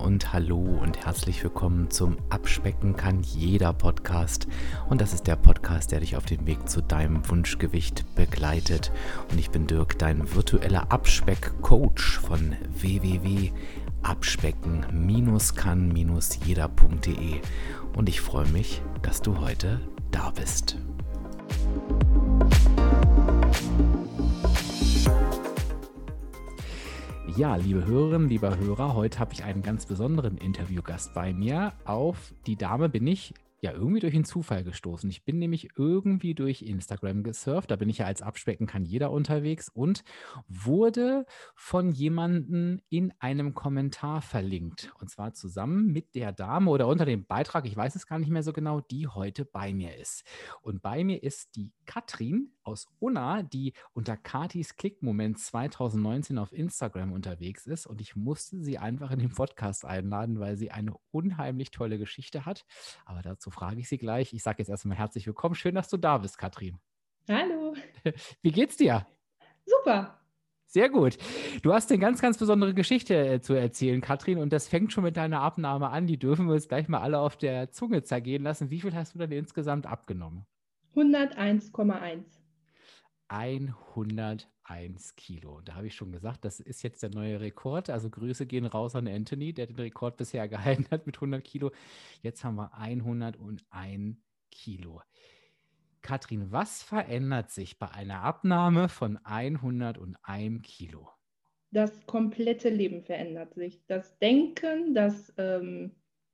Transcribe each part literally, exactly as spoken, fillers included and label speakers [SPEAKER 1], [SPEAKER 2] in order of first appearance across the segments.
[SPEAKER 1] und hallo und herzlich willkommen zum Abspecken kann jeder Podcast. Und das ist der Podcast, der dich auf dem Weg zu deinem Wunschgewicht begleitet. Und ich bin Dirk, dein virtueller Abspeck-Coach von w w w punkt abspecken kann jeder punkt de. Und ich freue mich, dass du heute da bist. Ja, liebe Hörerinnen, lieber Hörer, heute habe ich einen ganz besonderen Interviewgast bei mir. Auf die Dame bin ich ja irgendwie durch einen Zufall gestoßen. Ich bin nämlich irgendwie durch Instagram gesurft, da bin ich ja als Abspecken kann jeder unterwegs und wurde von jemandem in einem Kommentar verlinkt. Und zwar zusammen mit der Dame oder unter dem Beitrag, ich weiß es gar nicht mehr so genau, die heute bei mir ist. Und bei mir ist die Katrin aus Unna, die unter Katis Klickmoment zwanzig neunzehn auf Instagram unterwegs ist. Und ich musste sie einfach in den Podcast einladen, weil sie eine unheimlich tolle Geschichte hat. Aber dazu frage ich sie gleich. Ich sage jetzt erstmal herzlich willkommen. Schön, dass du da bist, Katrin.
[SPEAKER 2] Hallo.
[SPEAKER 1] Wie geht's dir?
[SPEAKER 2] Super.
[SPEAKER 1] Sehr gut. Du hast eine ganz, ganz besondere Geschichte äh, zu erzählen, Katrin, und das fängt schon mit deiner Abnahme an. Die dürfen wir uns gleich mal alle auf der Zunge zergehen lassen. Wie viel hast du denn insgesamt abgenommen?
[SPEAKER 2] hunderteins Komma eins.
[SPEAKER 1] hunderteins Kilo. Da habe ich schon gesagt, das ist jetzt der neue Rekord. Also Grüße gehen raus an Anthony, der den Rekord bisher gehalten hat mit hundert Kilo. Jetzt haben wir hunderteins Kilo. Katrin, was verändert sich bei einer Abnahme von hunderteins Kilo?
[SPEAKER 2] Das komplette Leben verändert sich. Das Denken, das ähm,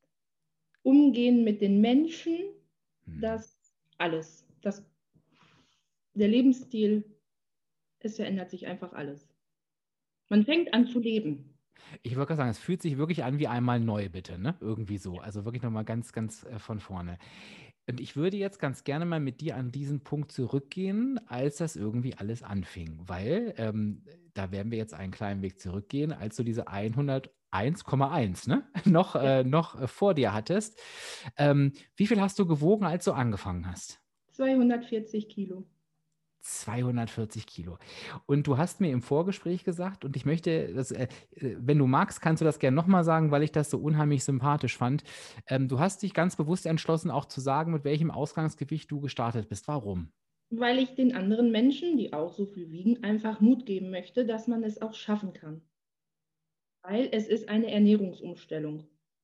[SPEAKER 2] Umgehen mit den Menschen, hm. das alles. Das, der Lebensstil, es verändert sich einfach alles. Man fängt an zu leben.
[SPEAKER 1] Ich wollte gerade sagen, es fühlt sich wirklich an wie einmal neu, bitte, ne? Irgendwie so. Also wirklich nochmal ganz, ganz äh, von vorne. Und ich würde jetzt ganz gerne mal mit dir an diesen Punkt zurückgehen, als das irgendwie alles anfing. Weil, ähm, da werden wir jetzt einen kleinen Weg zurückgehen, als du diese hunderteins Komma eins ne? noch,
[SPEAKER 2] Ja.
[SPEAKER 1] äh, noch äh, vor dir hattest. Ähm, wie viel hast du gewogen, als du angefangen hast?
[SPEAKER 2] zweihundertvierzig Kilo.
[SPEAKER 1] zweihundertvierzig Kilo. Und du hast mir im Vorgespräch gesagt, und ich möchte, das, äh, wenn du magst, kannst du das gerne nochmal sagen, weil ich das so unheimlich sympathisch fand. Ähm, du hast dich ganz bewusst entschlossen, auch zu sagen, mit welchem Ausgangsgewicht du gestartet bist. Warum?
[SPEAKER 2] Weil ich den anderen Menschen, die auch so viel wiegen, einfach Mut geben möchte, dass man es auch schaffen kann. Weil es ist eine Ernährungsumstellung.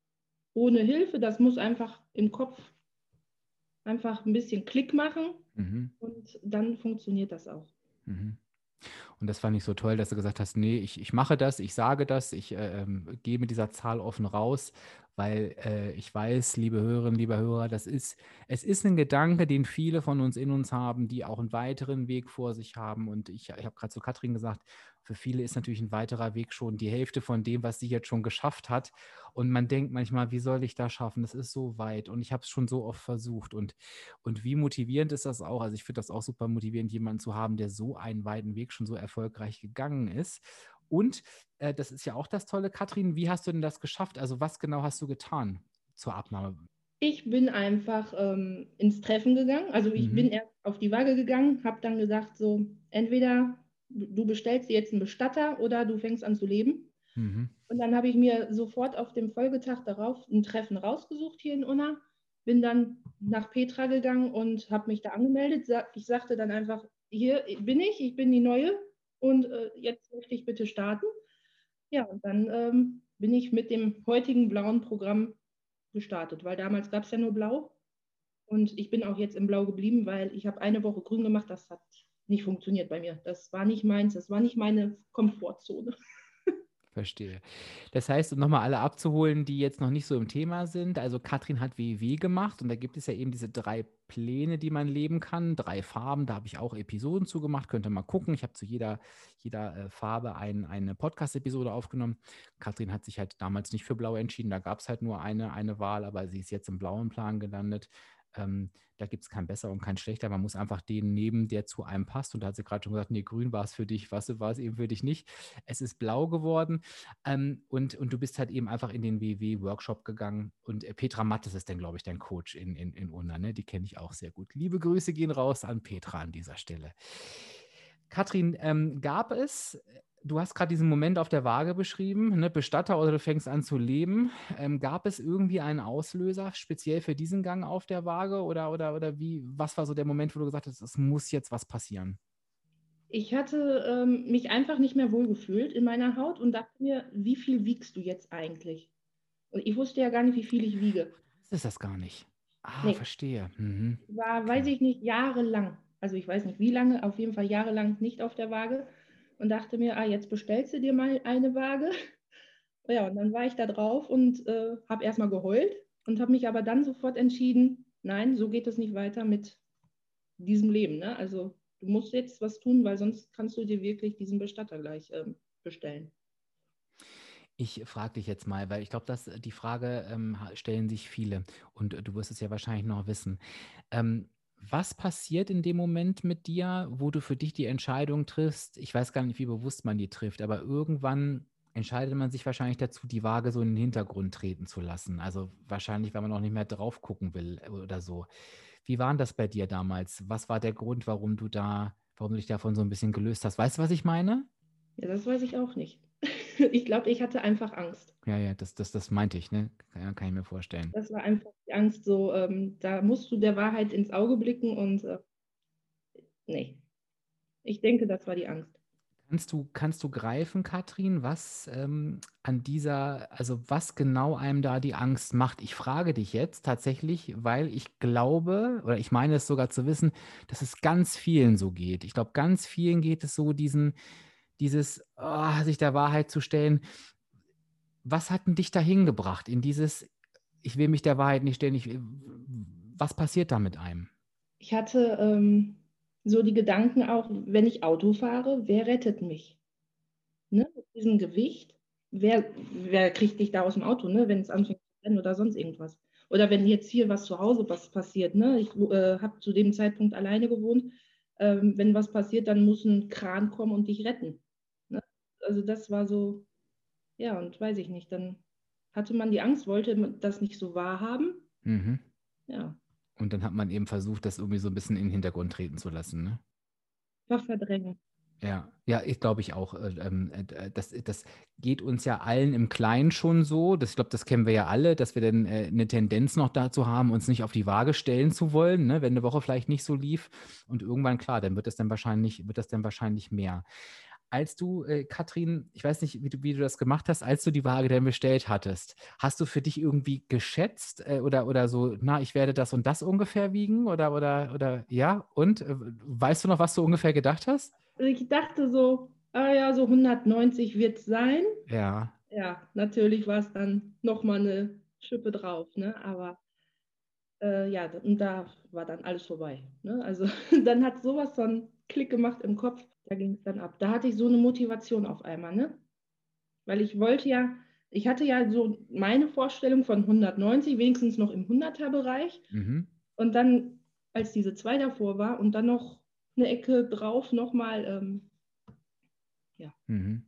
[SPEAKER 2] Ohne Hilfe, das muss einfach im Kopf einfach ein bisschen Klick machen mhm. und dann funktioniert das auch.
[SPEAKER 1] Mhm. Und das fand ich so toll, dass du gesagt hast, nee, ich, ich mache das, ich sage das, ich äh, ähm, gehe mit dieser Zahl offen raus, weil äh, ich weiß, liebe Hörerinnen, liebe Hörer, das ist, es ist ein Gedanke, den viele von uns in uns haben, die auch einen weiteren Weg vor sich haben. Und ich, ich habe gerade zu Katrin gesagt, für viele ist natürlich ein weiterer Weg schon die Hälfte von dem, was sie jetzt schon geschafft hat. Und man denkt manchmal, wie soll ich das schaffen? Das ist so weit und ich habe es schon so oft versucht. Und, und wie motivierend ist das auch? Also ich finde das auch super motivierend, jemanden zu haben, der so einen weiten Weg schon so erfolgreich gegangen ist. Und äh, das ist ja auch das Tolle, Katrin, wie hast du denn das geschafft? Also was genau hast du getan zur Abnahme?
[SPEAKER 2] Ich bin einfach ähm, ins Treffen gegangen. Also ich mhm. bin erst auf die Waage gegangen, habe dann gesagt, so entweder du bestellst dir jetzt einen Bestatter oder du fängst an zu leben. Mhm. Und dann habe ich mir sofort auf dem Folgetag darauf ein Treffen rausgesucht hier in Unna, bin dann nach Petra gegangen und habe mich da angemeldet. Ich sagte dann einfach, hier bin ich, ich bin die Neue und äh, jetzt möchte ich bitte starten. Ja, und dann ähm, bin ich mit dem heutigen blauen Programm gestartet, weil damals gab es ja nur Blau und ich bin auch jetzt im Blau geblieben, weil ich habe eine Woche grün gemacht, das hat nicht funktioniert bei mir. Das war nicht meins, das war nicht meine Komfortzone.
[SPEAKER 1] Verstehe. Das heißt, um nochmal alle abzuholen, die jetzt noch nicht so im Thema sind, also Katrin hat W W gemacht und da gibt es ja eben diese drei Pläne, die man leben kann, drei Farben, da habe ich auch Episoden zu gemacht, könnt ihr mal gucken. Ich habe zu jeder, jeder äh, Farbe ein, eine Podcast-Episode aufgenommen. Katrin hat sich halt damals nicht für Blau entschieden, da gab es halt nur eine, eine Wahl, aber sie ist jetzt im blauen Plan gelandet. Ähm, da gibt es kein besser und kein schlechter. Man muss einfach den nehmen, der zu einem passt. Und da hat sie gerade schon gesagt, nee, grün war es für dich, was war es eben für dich nicht. Es ist blau geworden ähm, und, und du bist halt eben einfach in den W W-Workshop gegangen. Und äh, Petra Mattes ist dann, glaube ich, dein Coach in, in, in Unna, ne? Die kenne ich auch sehr gut. Liebe Grüße gehen raus an Petra an dieser Stelle. Katrin, ähm, gab es, du hast gerade diesen Moment auf der Waage beschrieben, ne, Bestatter oder du fängst an zu leben. Ähm, gab es irgendwie einen Auslöser speziell für diesen Gang auf der Waage oder, oder, oder wie, was war so der Moment, wo du gesagt hast, es muss jetzt was passieren?
[SPEAKER 2] Ich hatte ähm, mich einfach nicht mehr wohlgefühlt in meiner Haut und dachte mir, wie viel wiegst du jetzt eigentlich? Und ich wusste ja gar nicht, wie viel ich wiege.
[SPEAKER 1] Das ist das gar nicht. Ah,
[SPEAKER 2] Nee,
[SPEAKER 1] verstehe. Mhm.
[SPEAKER 2] war, weiß
[SPEAKER 1] Okay.
[SPEAKER 2] ich nicht, jahrelang. Also ich weiß nicht wie lange, auf jeden Fall jahrelang nicht auf der Waage und dachte mir, ah, jetzt bestellst du dir mal eine Waage. Ja, und dann war ich da drauf und äh, habe erstmal geheult und habe mich aber dann sofort entschieden, nein, so geht es nicht weiter mit diesem Leben. Ne? Also du musst jetzt was tun, weil sonst kannst du dir wirklich diesen Bestatter gleich ähm, bestellen.
[SPEAKER 1] Ich frage dich jetzt mal, weil ich glaube, dass die Frage ähm, ha- stellen sich viele und äh, du wirst es ja wahrscheinlich noch wissen. Ähm, was passiert in dem Moment mit dir, wo du für dich die Entscheidung triffst? Ich weiß gar nicht, wie bewusst man die trifft, aber irgendwann entscheidet man sich wahrscheinlich dazu, die Waage so in den Hintergrund treten zu lassen. Also wahrscheinlich, weil man auch nicht mehr drauf gucken will äh, oder so. Wie war denn das bei dir damals? Was war der Grund, warum du da, warum du dich davon so ein bisschen gelöst hast? Weißt du, was ich meine?
[SPEAKER 2] Ja, das weiß ich auch nicht. Ich glaube, ich hatte einfach Angst.
[SPEAKER 1] Ja, ja, das, das, das meinte ich, ne? Ja, kann ich mir vorstellen.
[SPEAKER 2] Das war einfach die Angst, so, ähm, da musst du der Wahrheit ins Auge blicken und äh, nee, ich denke, das war die Angst.
[SPEAKER 1] Kannst du, kannst du greifen, Katrin, was ähm, an dieser, also was genau einem da die Angst macht? Ich frage dich jetzt tatsächlich, weil ich glaube, oder ich meine es sogar zu wissen, dass es ganz vielen so geht. Ich glaube, ganz vielen geht es so, diesen, dieses, ah, sich der Wahrheit zu stellen. Was hat denn dich dahin gebracht, in dieses, ich will mich der Wahrheit nicht stellen, ich, was passiert da mit einem?
[SPEAKER 2] Ich hatte ähm, so die Gedanken auch, wenn ich Auto fahre, wer rettet mich? Ne? Mit diesem Gewicht, wer, wer kriegt dich da aus dem Auto, ne? Wenn es anfängt zu brennen oder sonst irgendwas? Oder wenn jetzt hier was zu Hause was passiert, ne? Ich äh, habe zu dem Zeitpunkt alleine gewohnt. Ähm, wenn was passiert, dann muss ein Kran kommen und dich retten. Ne? Also das war so, ja, und weiß ich nicht, dann hatte man die Angst, wollte das nicht so wahrhaben.
[SPEAKER 1] Mhm.
[SPEAKER 2] Ja,
[SPEAKER 1] Und dann hat man eben versucht, das irgendwie so ein bisschen in den Hintergrund treten zu lassen, ne?
[SPEAKER 2] einfach verdrängen.
[SPEAKER 1] Ja, ja, ich glaube ich auch. Äh, ähm, äh, das, das geht uns ja allen im Kleinen schon so. Das, ich glaube, das kennen wir ja alle, dass wir dann äh, eine Tendenz noch dazu haben, uns nicht auf die Waage stellen zu wollen, ne? Wenn eine Woche vielleicht nicht so lief. Und irgendwann, klar, dann wird das dann wahrscheinlich, wird das dann wahrscheinlich mehr. Als du, äh, Katrin, ich weiß nicht, wie du, wie du das gemacht hast, als du die Waage dann bestellt hattest, hast du für dich irgendwie geschätzt äh, oder, oder so, na, ich werde das und das ungefähr wiegen? Oder, oder, oder ja? Und äh, weißt du noch, was du ungefähr gedacht hast?
[SPEAKER 2] Ich dachte so, ah ja, so hundertneunzig wird es sein.
[SPEAKER 1] Ja.
[SPEAKER 2] Ja, natürlich war es dann nochmal eine Schippe drauf, ne? Aber äh, ja, und da war dann alles vorbei. Ne? Also dann hat sowas so einen Klick gemacht im Kopf, da ging es dann ab. Da hatte ich so eine Motivation auf einmal, ne? Weil ich wollte ja, ich hatte ja so meine Vorstellung von hundertneunzig, wenigstens noch im hunderter-Bereich.
[SPEAKER 1] Mhm.
[SPEAKER 2] Und dann, als diese zwei davor war und dann noch eine Ecke drauf nochmal, ähm, ja.
[SPEAKER 1] Mhm.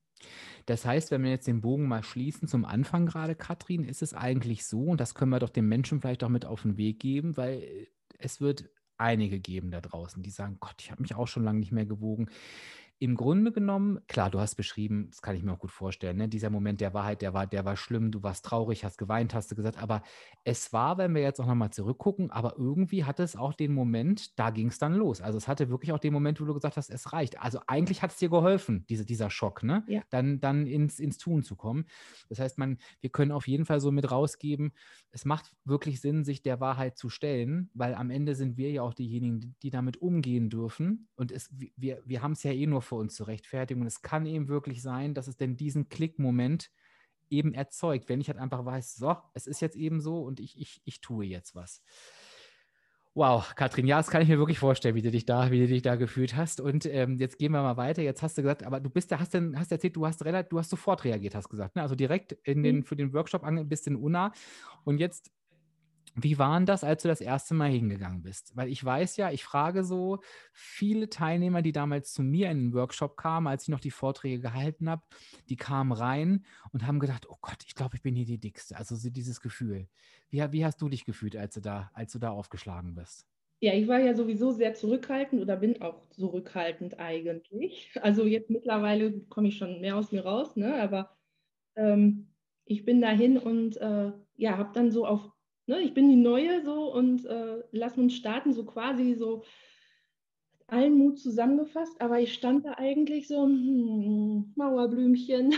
[SPEAKER 1] Das heißt, wenn wir jetzt den Bogen mal schließen zum Anfang gerade, Katrin, ist es eigentlich so, und das können wir doch den Menschen vielleicht auch mit auf den Weg geben, weil es wird einige geben da draußen, die sagen, Gott, ich habe mich auch schon lange nicht mehr gewogen. Im Grunde genommen, klar, du hast beschrieben, das kann ich mir auch gut vorstellen, ne? Dieser Moment der Wahrheit, der war, der war schlimm, du warst traurig, hast geweint, hast du gesagt, aber es war, wenn wir jetzt auch nochmal zurückgucken, aber irgendwie hatte es auch den Moment, da ging es dann los. Also es hatte wirklich auch den Moment, wo du gesagt hast, es reicht. Also eigentlich hat es dir geholfen, diese, dieser Schock, ne?
[SPEAKER 2] Ja.
[SPEAKER 1] Dann, dann ins, ins Tun zu kommen. Das heißt, man, wir können auf jeden Fall so mit rausgeben, es macht wirklich Sinn, sich der Wahrheit zu stellen, weil am Ende sind wir ja auch diejenigen, die, die damit umgehen dürfen. Und es, wir, wir haben es ja eh nur für uns zu rechtfertigen. Und es kann eben wirklich sein, dass es denn diesen Klickmoment eben erzeugt, wenn ich halt einfach weiß, so, es ist jetzt eben so und ich, ich, ich tue jetzt was. Wow, Katrin, ja, das kann ich mir wirklich vorstellen, wie du dich da, wie du dich da gefühlt hast. Und ähm, jetzt gehen wir mal weiter. Jetzt hast du gesagt, aber du bist da, hast denn, hast erzählt, du hast relativ, du hast sofort reagiert, hast gesagt, ne? Also direkt in den,
[SPEAKER 2] Mhm.
[SPEAKER 1] für den Workshop ange, bist in Unna. Und jetzt, wie war denn das, als du das erste Mal hingegangen bist? Weil ich weiß ja, ich frage so viele Teilnehmer, die damals zu mir in den Workshop kamen, als ich noch die Vorträge gehalten habe, die kamen rein und haben gedacht, oh Gott, ich glaube, ich bin hier die Dickste. Also so dieses Gefühl. Wie, wie hast du dich gefühlt, als du da, als du da aufgeschlagen bist?
[SPEAKER 2] Ja, ich war ja sowieso sehr zurückhaltend oder bin auch zurückhaltend eigentlich. Also jetzt mittlerweile komme ich schon mehr aus mir raus, ne? Aber ähm, ich bin dahin und äh, ja, habe dann so auf, ne, ich bin die Neue so und äh, lass uns starten, so quasi so allen Mut zusammengefasst, aber ich stand da eigentlich so, hm, Mauerblümchen.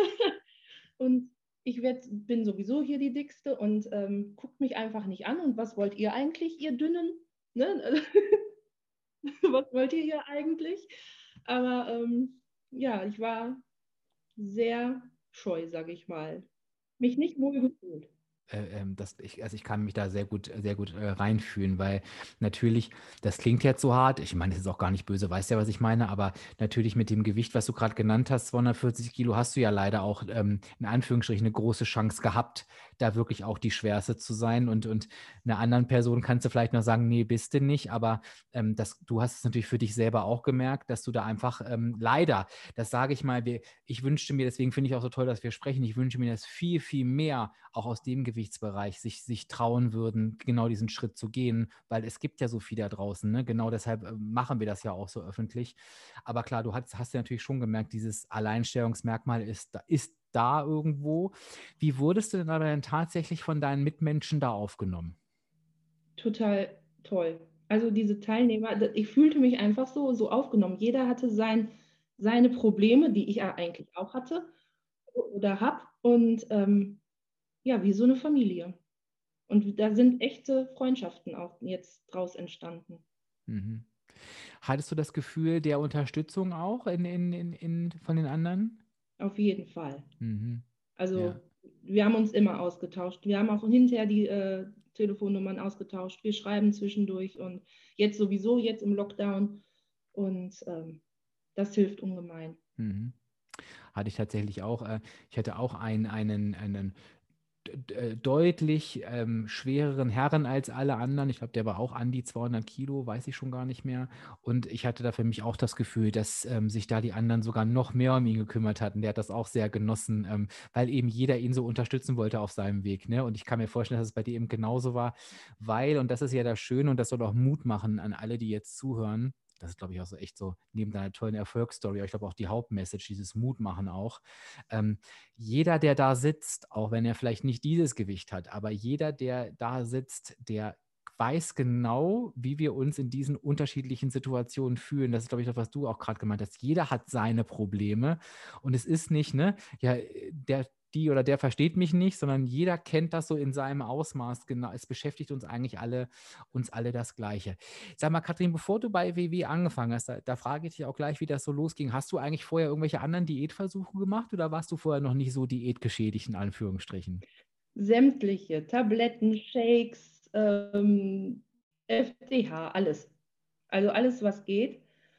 [SPEAKER 2] Und ich werd, bin sowieso hier die Dickste und ähm, guckt mich einfach nicht an. Und was wollt ihr eigentlich, ihr Dünnen? Ne? Was wollt ihr hier eigentlich? Aber ähm, ja, ich war sehr scheu, sage ich mal. Mich nicht wohl gefühlt.
[SPEAKER 1] Äh, ähm, das, ich, also ich kann mich da sehr gut, sehr gut äh, reinfühlen, weil natürlich, das klingt jetzt so hart, ich meine, das ist auch gar nicht böse, weißt ja, was ich meine, aber natürlich mit dem Gewicht, was du gerade genannt hast, zweihundertvierzig Kilo, hast du ja leider auch ähm, in Anführungsstrichen eine große Chance gehabt, da wirklich auch die Schwerste zu sein und, und einer anderen Person kannst du vielleicht noch sagen, nee, bist du nicht, aber ähm, das, du hast es natürlich für dich selber auch gemerkt, dass du da einfach ähm, leider, das sage ich mal, wir, ich wünschte mir, deswegen finde ich auch so toll, dass wir sprechen, ich wünsche mir, dass viel, viel mehr auch aus dem Gewichtsbereich sich, sich trauen würden, genau diesen Schritt zu gehen, weil es gibt ja so viel da draußen, ne? Genau deshalb äh, machen wir das ja auch so öffentlich. Aber klar, du hast, hast ja natürlich schon gemerkt, dieses Alleinstellungsmerkmal ist, ist da irgendwo. Wie wurdest du denn aber denn tatsächlich von deinen Mitmenschen da aufgenommen?
[SPEAKER 2] Total toll. Also diese Teilnehmer, d- ich fühlte mich einfach so, so aufgenommen. Jeder hatte sein, seine Probleme, die ich ja eigentlich auch hatte oder habe. Und ähm, ja, wie so eine Familie. Und da sind echte Freundschaften auch jetzt draus entstanden.
[SPEAKER 1] Mhm. Hattest du das Gefühl der Unterstützung auch in, in, in, in, von den anderen?
[SPEAKER 2] Auf jeden Fall.
[SPEAKER 1] Mhm. Ja.
[SPEAKER 2] Also wir haben uns immer ausgetauscht. Wir haben auch hinterher die äh, Telefonnummern ausgetauscht. Wir schreiben zwischendurch und jetzt sowieso, jetzt im Lockdown. Und ähm, das hilft ungemein.
[SPEAKER 1] Mhm. Hatte ich tatsächlich auch. Äh, ich hatte auch einen, einen, einen äh, deutlich ähm, schwereren Herren als alle anderen. Ich glaube, der war auch an die zweihundert Kilo, weiß ich schon gar nicht mehr. Und ich hatte da für mich auch das Gefühl, dass ähm, sich da die anderen sogar noch mehr um ihn gekümmert hatten. Der hat das auch sehr genossen, ähm, weil eben jeder ihn so unterstützen wollte auf seinem Weg. Ne? Und ich kann mir vorstellen, dass es bei dir eben genauso war, weil, und das ist ja das Schöne und das soll auch Mut machen an alle, die jetzt zuhören. Das ist, glaube ich, auch so echt so neben deiner tollen Erfolgsstory, aber ich glaube auch die Hauptmessage, dieses Mut machen auch. Ähm, Jeder, der da sitzt, auch wenn er vielleicht nicht dieses Gewicht hat, aber jeder, der da sitzt, der weiß genau, wie wir uns in diesen unterschiedlichen Situationen fühlen. Das ist, glaube ich, das, was du auch gerade gemeint hast. Jeder hat seine Probleme und es ist nicht, ne, ja, der, die oder der versteht mich nicht, sondern jeder kennt das so in seinem Ausmaß. Genau, es beschäftigt uns eigentlich alle, uns alle das Gleiche. Sag mal, Katrin, bevor du bei W W angefangen hast, da, da frage ich dich auch gleich, wie das so losging. Hast du eigentlich vorher irgendwelche anderen Diätversuche gemacht oder warst du vorher noch nicht so diätgeschädigt, in Anführungsstrichen?
[SPEAKER 2] Sämtliche Tabletten, Shakes, ähm, F D H, alles. Also alles, was geht.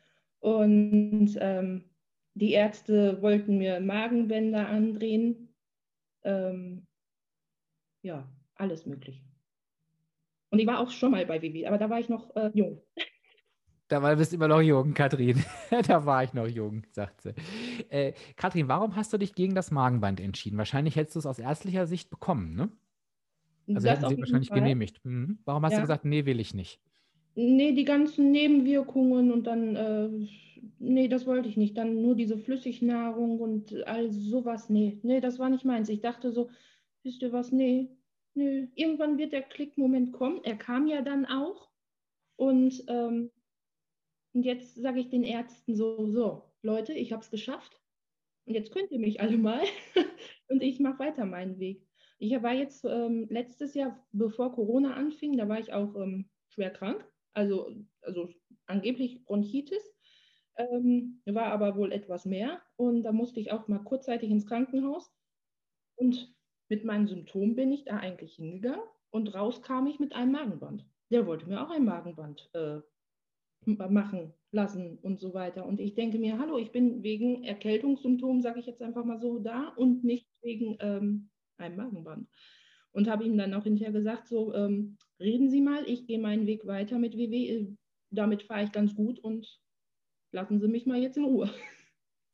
[SPEAKER 2] Und ähm, die Ärzte wollten mir Magenbänder andrehen. Ähm, ja, alles möglich. Und ich war auch schon mal bei Vivi, aber da war ich noch äh, jung.
[SPEAKER 1] Da war, bist du immer noch jung, Katrin. Da war ich noch jung, sagt sie. Äh, Katrin, warum hast du dich gegen das Magenband entschieden? Wahrscheinlich hättest du es aus ärztlicher Sicht bekommen, ne? Also
[SPEAKER 2] Das
[SPEAKER 1] hätten
[SPEAKER 2] auf
[SPEAKER 1] sie
[SPEAKER 2] jeden
[SPEAKER 1] wahrscheinlich
[SPEAKER 2] Fall.
[SPEAKER 1] genehmigt. Mhm. Warum hast du
[SPEAKER 2] Ja.
[SPEAKER 1] gesagt, nee, will ich nicht?
[SPEAKER 2] Nee, die ganzen Nebenwirkungen und dann, äh, nee, das wollte ich nicht. Dann nur diese Flüssignahrung und all sowas. Nee, nee, das war nicht meins. Ich dachte so, wisst ihr was? Nee, nee. Irgendwann wird der Klickmoment kommen. Er kam ja dann auch. Und, ähm, und jetzt sage ich den Ärzten so, so, Leute, ich habe es geschafft. Und jetzt könnt ihr mich alle mal. Und ich mache weiter meinen Weg. Ich war jetzt ähm, letztes Jahr, bevor Corona anfing, da war ich auch ähm, schwer krank. Also, also angeblich Bronchitis. Ähm, war aber wohl etwas mehr. Und da musste ich auch mal kurzzeitig ins Krankenhaus. Und mit meinen Symptomen bin ich da eigentlich hingegangen. Und raus kam ich mit einem Magenband. Der wollte mir auch ein Magenband äh, machen lassen und so weiter. Und ich denke mir, hallo, ich bin wegen Erkältungssymptomen, sage ich jetzt einfach mal so, da und nicht wegen ähm, einem Magenband. Und habe ihm dann auch hinterher gesagt, so, ähm, reden Sie mal, ich gehe meinen Weg weiter mit W W, damit fahre ich ganz gut und lassen Sie mich mal jetzt in Ruhe.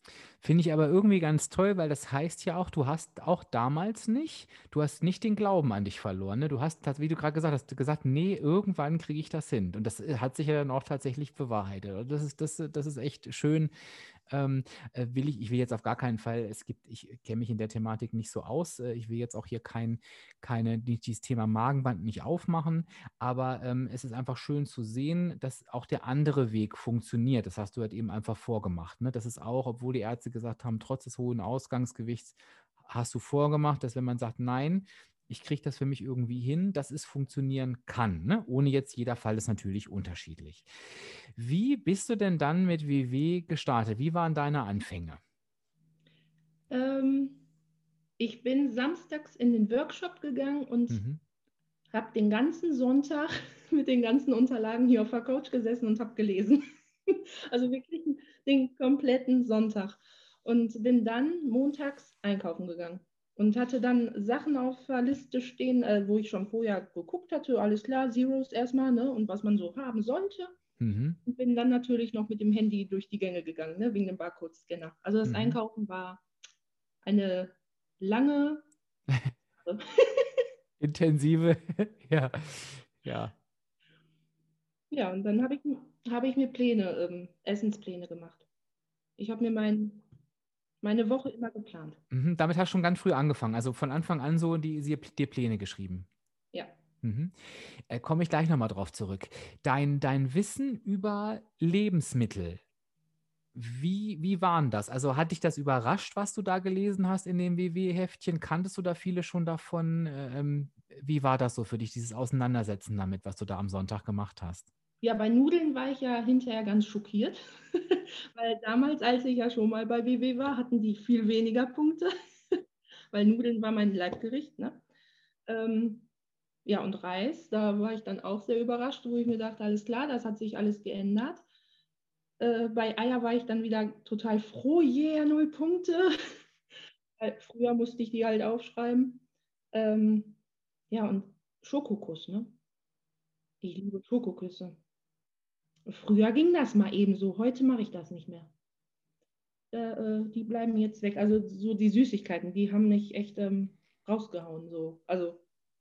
[SPEAKER 1] Finde ich aber irgendwie ganz toll, weil das heißt ja auch, du hast auch damals nicht, du hast nicht den Glauben an dich verloren. Ne? Du hast, tats- wie du gerade gesagt hast, gesagt, nee, irgendwann kriege ich das hin. Und das äh, hat sich ja dann auch tatsächlich bewahrheitet. Und das ist, das, das ist echt schön. Ähm, äh, will ich, ich will jetzt auf gar keinen Fall, es gibt, ich kenne mich in der Thematik nicht so aus. Äh, ich will jetzt auch hier kein, keine, die, dieses Thema Magenband nicht aufmachen. Aber ähm, es ist einfach schön zu sehen, dass auch der andere Weg funktioniert. Das hast du halt eben einfach vorgemacht. Ne? Das ist auch, obwohl die Ärzte gesagt haben, trotz des hohen Ausgangsgewichts hast du vorgemacht, dass wenn man sagt, nein, ich kriege das für mich irgendwie hin, dass es funktionieren kann. Ne? Ohne jetzt, jeder Fall ist natürlich unterschiedlich. Wie bist du denn dann mit W W gestartet? Wie waren deine Anfänge?
[SPEAKER 2] Ähm, ich bin samstags in den Workshop gegangen und
[SPEAKER 1] Mhm.
[SPEAKER 2] habe den ganzen Sonntag mit den ganzen Unterlagen hier auf der Couch gesessen und habe gelesen. Also wirklich den kompletten Sonntag. Und bin dann montags einkaufen gegangen und hatte dann Sachen auf der Liste stehen, äh, wo ich schon vorher geguckt hatte. Alles klar, Zeros erstmal, ne? Und was man so haben sollte.
[SPEAKER 1] Mhm.
[SPEAKER 2] Und bin dann natürlich noch mit dem Handy durch die Gänge gegangen, ne? Wegen dem Barcode-Scanner. Also das
[SPEAKER 1] Mhm.
[SPEAKER 2] Einkaufen war eine lange.
[SPEAKER 1] Intensive, ja, ja.
[SPEAKER 2] Ja, und dann habe ich, hab ich mir Pläne, ähm, Essenspläne gemacht. Ich habe mir mein, meine Woche immer geplant.
[SPEAKER 1] Mhm. Damit hast du schon ganz früh angefangen. Also von Anfang an so die, die, dir Pläne geschrieben.
[SPEAKER 2] Ja.
[SPEAKER 1] Mhm. Äh, komme ich gleich nochmal drauf zurück. Dein, dein Wissen über Lebensmittel, wie, wie waren das? Also hat dich das überrascht, was du da gelesen hast in dem W W-Heftchen? Kanntest du da viele schon davon? Ähm, wie war das so für dich, dieses Auseinandersetzen damit, was du da am Sonntag gemacht hast?
[SPEAKER 2] Ja, bei Nudeln war ich ja hinterher ganz schockiert, weil damals, als ich ja schon mal bei B W war, hatten die viel weniger Punkte, weil Nudeln war mein Leibgericht, ne? Ähm, ja, und Reis, da war ich dann auch sehr überrascht, wo ich mir dachte, alles klar, das hat sich alles geändert. Äh, bei Eier war ich dann wieder total froh, yeah, null Punkte. Weil früher musste ich die halt aufschreiben. Ähm, ja, und Schokokuss, ne? Ich liebe Schokoküsse. Früher ging das mal eben so, heute mache ich das nicht mehr. Äh, äh, die bleiben jetzt weg. Also so die Süßigkeiten, die haben mich echt ähm, rausgehauen. So. Also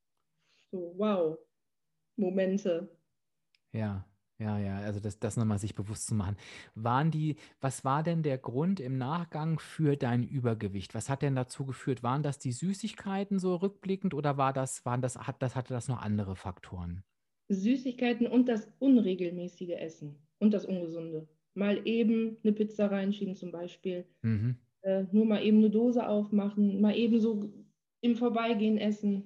[SPEAKER 2] so, wow, Momente.
[SPEAKER 1] Ja, ja, ja, also das, das nochmal sich bewusst zu machen. Waren die, was war denn der Grund im Nachgang für dein Übergewicht? Was hat denn dazu geführt? Waren das die Süßigkeiten so rückblickend oder war das, waren das, hat das, hatte das noch andere Faktoren?
[SPEAKER 2] Süßigkeiten und das unregelmäßige Essen und das Ungesunde. Mal eben eine Pizza reinschieben zum Beispiel.
[SPEAKER 1] Mhm.
[SPEAKER 2] Äh, nur mal eben eine Dose aufmachen, mal eben so im Vorbeigehen essen.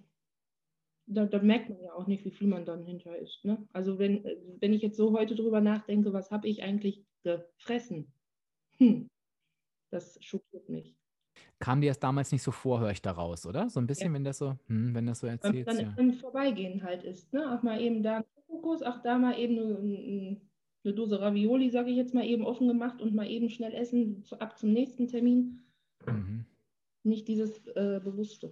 [SPEAKER 2] Da, da merkt man ja auch nicht, wie viel man dann hinterher isst. Ne? Also wenn, äh, wenn ich jetzt so heute drüber nachdenke, was habe ich eigentlich gefressen? Hm, das schockiert mich.
[SPEAKER 1] Kam dir das damals nicht so vor, höre ich da raus, oder? So ein
[SPEAKER 2] Ja,
[SPEAKER 1] bisschen, wenn das so, hm, wenn das so
[SPEAKER 2] wenn man
[SPEAKER 1] erzählst,
[SPEAKER 2] dann
[SPEAKER 1] ja.
[SPEAKER 2] im Vorbeigehen halt isst. Ne? Auch mal eben da Fokus, auch da mal eben eine, eine Dose Ravioli, sage ich jetzt mal eben offen gemacht und mal eben schnell essen, so ab zum nächsten Termin.
[SPEAKER 1] Mhm.
[SPEAKER 2] Nicht dieses äh, Bewusste.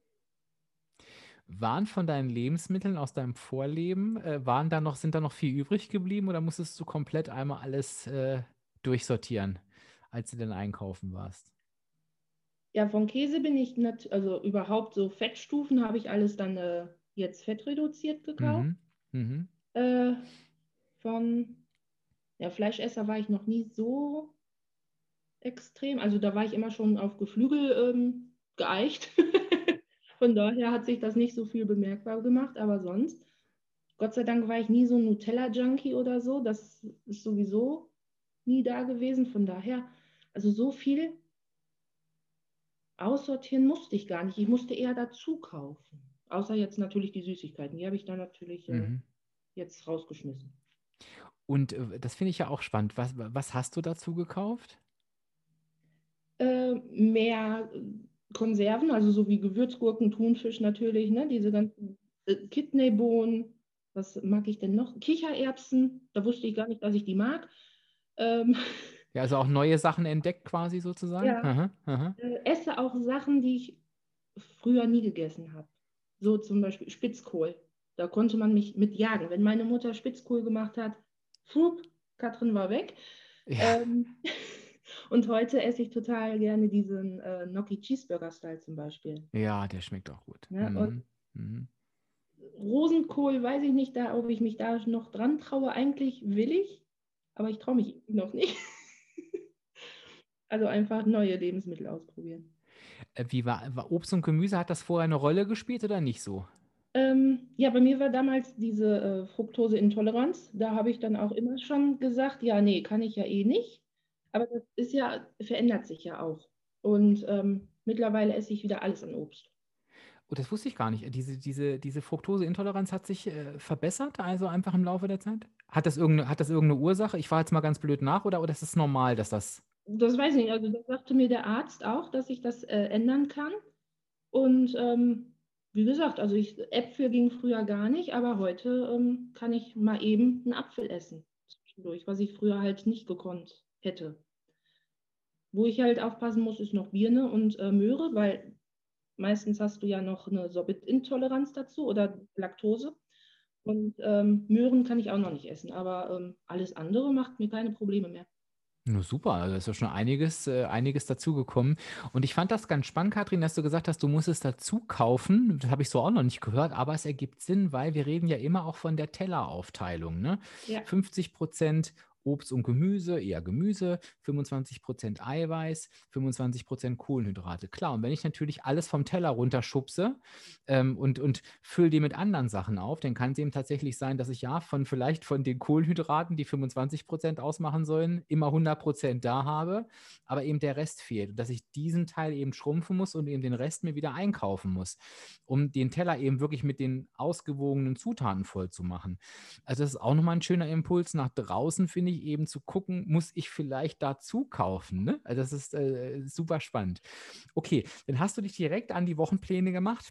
[SPEAKER 1] Waren von deinen Lebensmitteln aus deinem Vorleben, äh, waren da noch, sind da noch viel übrig geblieben oder musstest du komplett einmal alles äh, durchsortieren, als du denn einkaufen warst?
[SPEAKER 2] Ja, von Käse bin ich, nat also überhaupt so Fettstufen habe ich alles dann äh, jetzt fettreduziert gekauft.
[SPEAKER 1] Mhm. Mhm.
[SPEAKER 2] Äh, von ja, Fleischesser war ich noch nie so extrem. Also da war ich immer schon auf Geflügel ähm, geeicht. Von daher hat sich das nicht so viel bemerkbar gemacht, aber sonst, Gott sei Dank war ich nie so ein Nutella-Junkie oder so. Das ist sowieso nie da gewesen. Von daher, also so viel aussortieren musste ich gar nicht. Ich musste eher dazu kaufen. Außer jetzt natürlich die Süßigkeiten. Die habe ich dann natürlich äh,
[SPEAKER 1] Mhm.
[SPEAKER 2] jetzt rausgeschmissen.
[SPEAKER 1] Und äh, das finde ich ja auch spannend. Was, was hast du dazu gekauft?
[SPEAKER 2] Äh, mehr äh, Konserven, also so wie Gewürzgurken, Thunfisch natürlich, ne? Diese ganzen äh, Kidneybohnen. Was mag ich denn noch? Kichererbsen. Da wusste ich gar nicht, dass ich die mag. Ähm,
[SPEAKER 1] Ja, also auch neue Sachen entdeckt quasi sozusagen.
[SPEAKER 2] ja,
[SPEAKER 1] Aha, aha.
[SPEAKER 2] äh, esse auch Sachen, die ich früher nie gegessen habe. So zum Beispiel Spitzkohl. Da konnte man mich mit jagen. Wenn meine Mutter Spitzkohl gemacht hat, fupp, Katrin war weg.
[SPEAKER 1] Ja,
[SPEAKER 2] Ähm, Und heute esse ich total gerne diesen äh, Gnocchi Cheeseburger Style zum Beispiel.
[SPEAKER 1] Ja, der schmeckt auch gut.
[SPEAKER 2] Ja,
[SPEAKER 1] Mhm.
[SPEAKER 2] und
[SPEAKER 1] Mhm.
[SPEAKER 2] Rosenkohl, weiß ich nicht, da, ob ich mich da noch dran traue. Eigentlich will ich, aber ich traue mich noch nicht. Also einfach neue Lebensmittel ausprobieren.
[SPEAKER 1] Äh, Wie war, war Obst und Gemüse, hat das vorher eine Rolle gespielt oder nicht so?
[SPEAKER 2] Ähm, ja, bei mir war damals diese äh, Fructoseintoleranz. Da habe ich dann auch immer schon gesagt, ja, nee, kann ich ja eh nicht. Aber das ist ja, verändert sich ja auch. Und ähm, mittlerweile esse ich wieder alles an Obst.
[SPEAKER 1] Oh, das wusste ich gar nicht. Diese, diese, diese Fructoseintoleranz hat sich äh, verbessert, also einfach im Laufe der Zeit? Hat das irgendeine, hat das irgendeine Ursache? Ich frage jetzt mal ganz blöd nach, oder, oder ist es normal, dass das.
[SPEAKER 2] Das weiß ich nicht. Also das sagte mir der Arzt auch, dass ich das äh, ändern kann. Und ähm, wie gesagt, also ich, Äpfel ging früher gar nicht, aber heute ähm, kann ich mal eben einen Apfel essen zwischendurch, was ich früher halt nicht gekonnt hätte. Wo ich halt aufpassen muss, ist noch Birne und äh, Möhre, weil meistens hast du ja noch eine Sorbitintoleranz dazu oder Laktose. Und ähm, Möhren kann ich auch noch nicht essen, aber ähm, alles andere macht mir keine Probleme mehr.
[SPEAKER 1] Na super, also ist ja schon einiges, äh, einiges dazugekommen. Und ich fand das ganz spannend, Katrin, dass du gesagt hast, du musst es dazu kaufen. Das habe ich so auch noch nicht gehört, aber es ergibt Sinn, weil wir reden ja immer auch von der Telleraufteilung. Ne?
[SPEAKER 2] Ja,
[SPEAKER 1] fünfzig Prozent Obst und Gemüse, eher Gemüse, fünfundzwanzig Prozent Eiweiß, fünfundzwanzig Prozent Kohlenhydrate. Klar, und wenn ich natürlich alles vom Teller runterschubse ähm, und, und fülle die mit anderen Sachen auf, dann kann es eben tatsächlich sein, dass ich ja von vielleicht von den Kohlenhydraten, die fünfundzwanzig Prozent ausmachen sollen, immer hundert Prozent da habe, aber eben der Rest fehlt. Und dass ich diesen Teil eben schrumpfen muss und eben den Rest mir wieder einkaufen muss, um den Teller eben wirklich mit den ausgewogenen Zutaten voll zu machen. Also das ist auch nochmal ein schöner Impuls nach draußen, finde ich, eben zu gucken, muss ich vielleicht dazu kaufen. Ne? Also das ist äh, super spannend. Okay, dann hast du dich direkt an die Wochenpläne gemacht.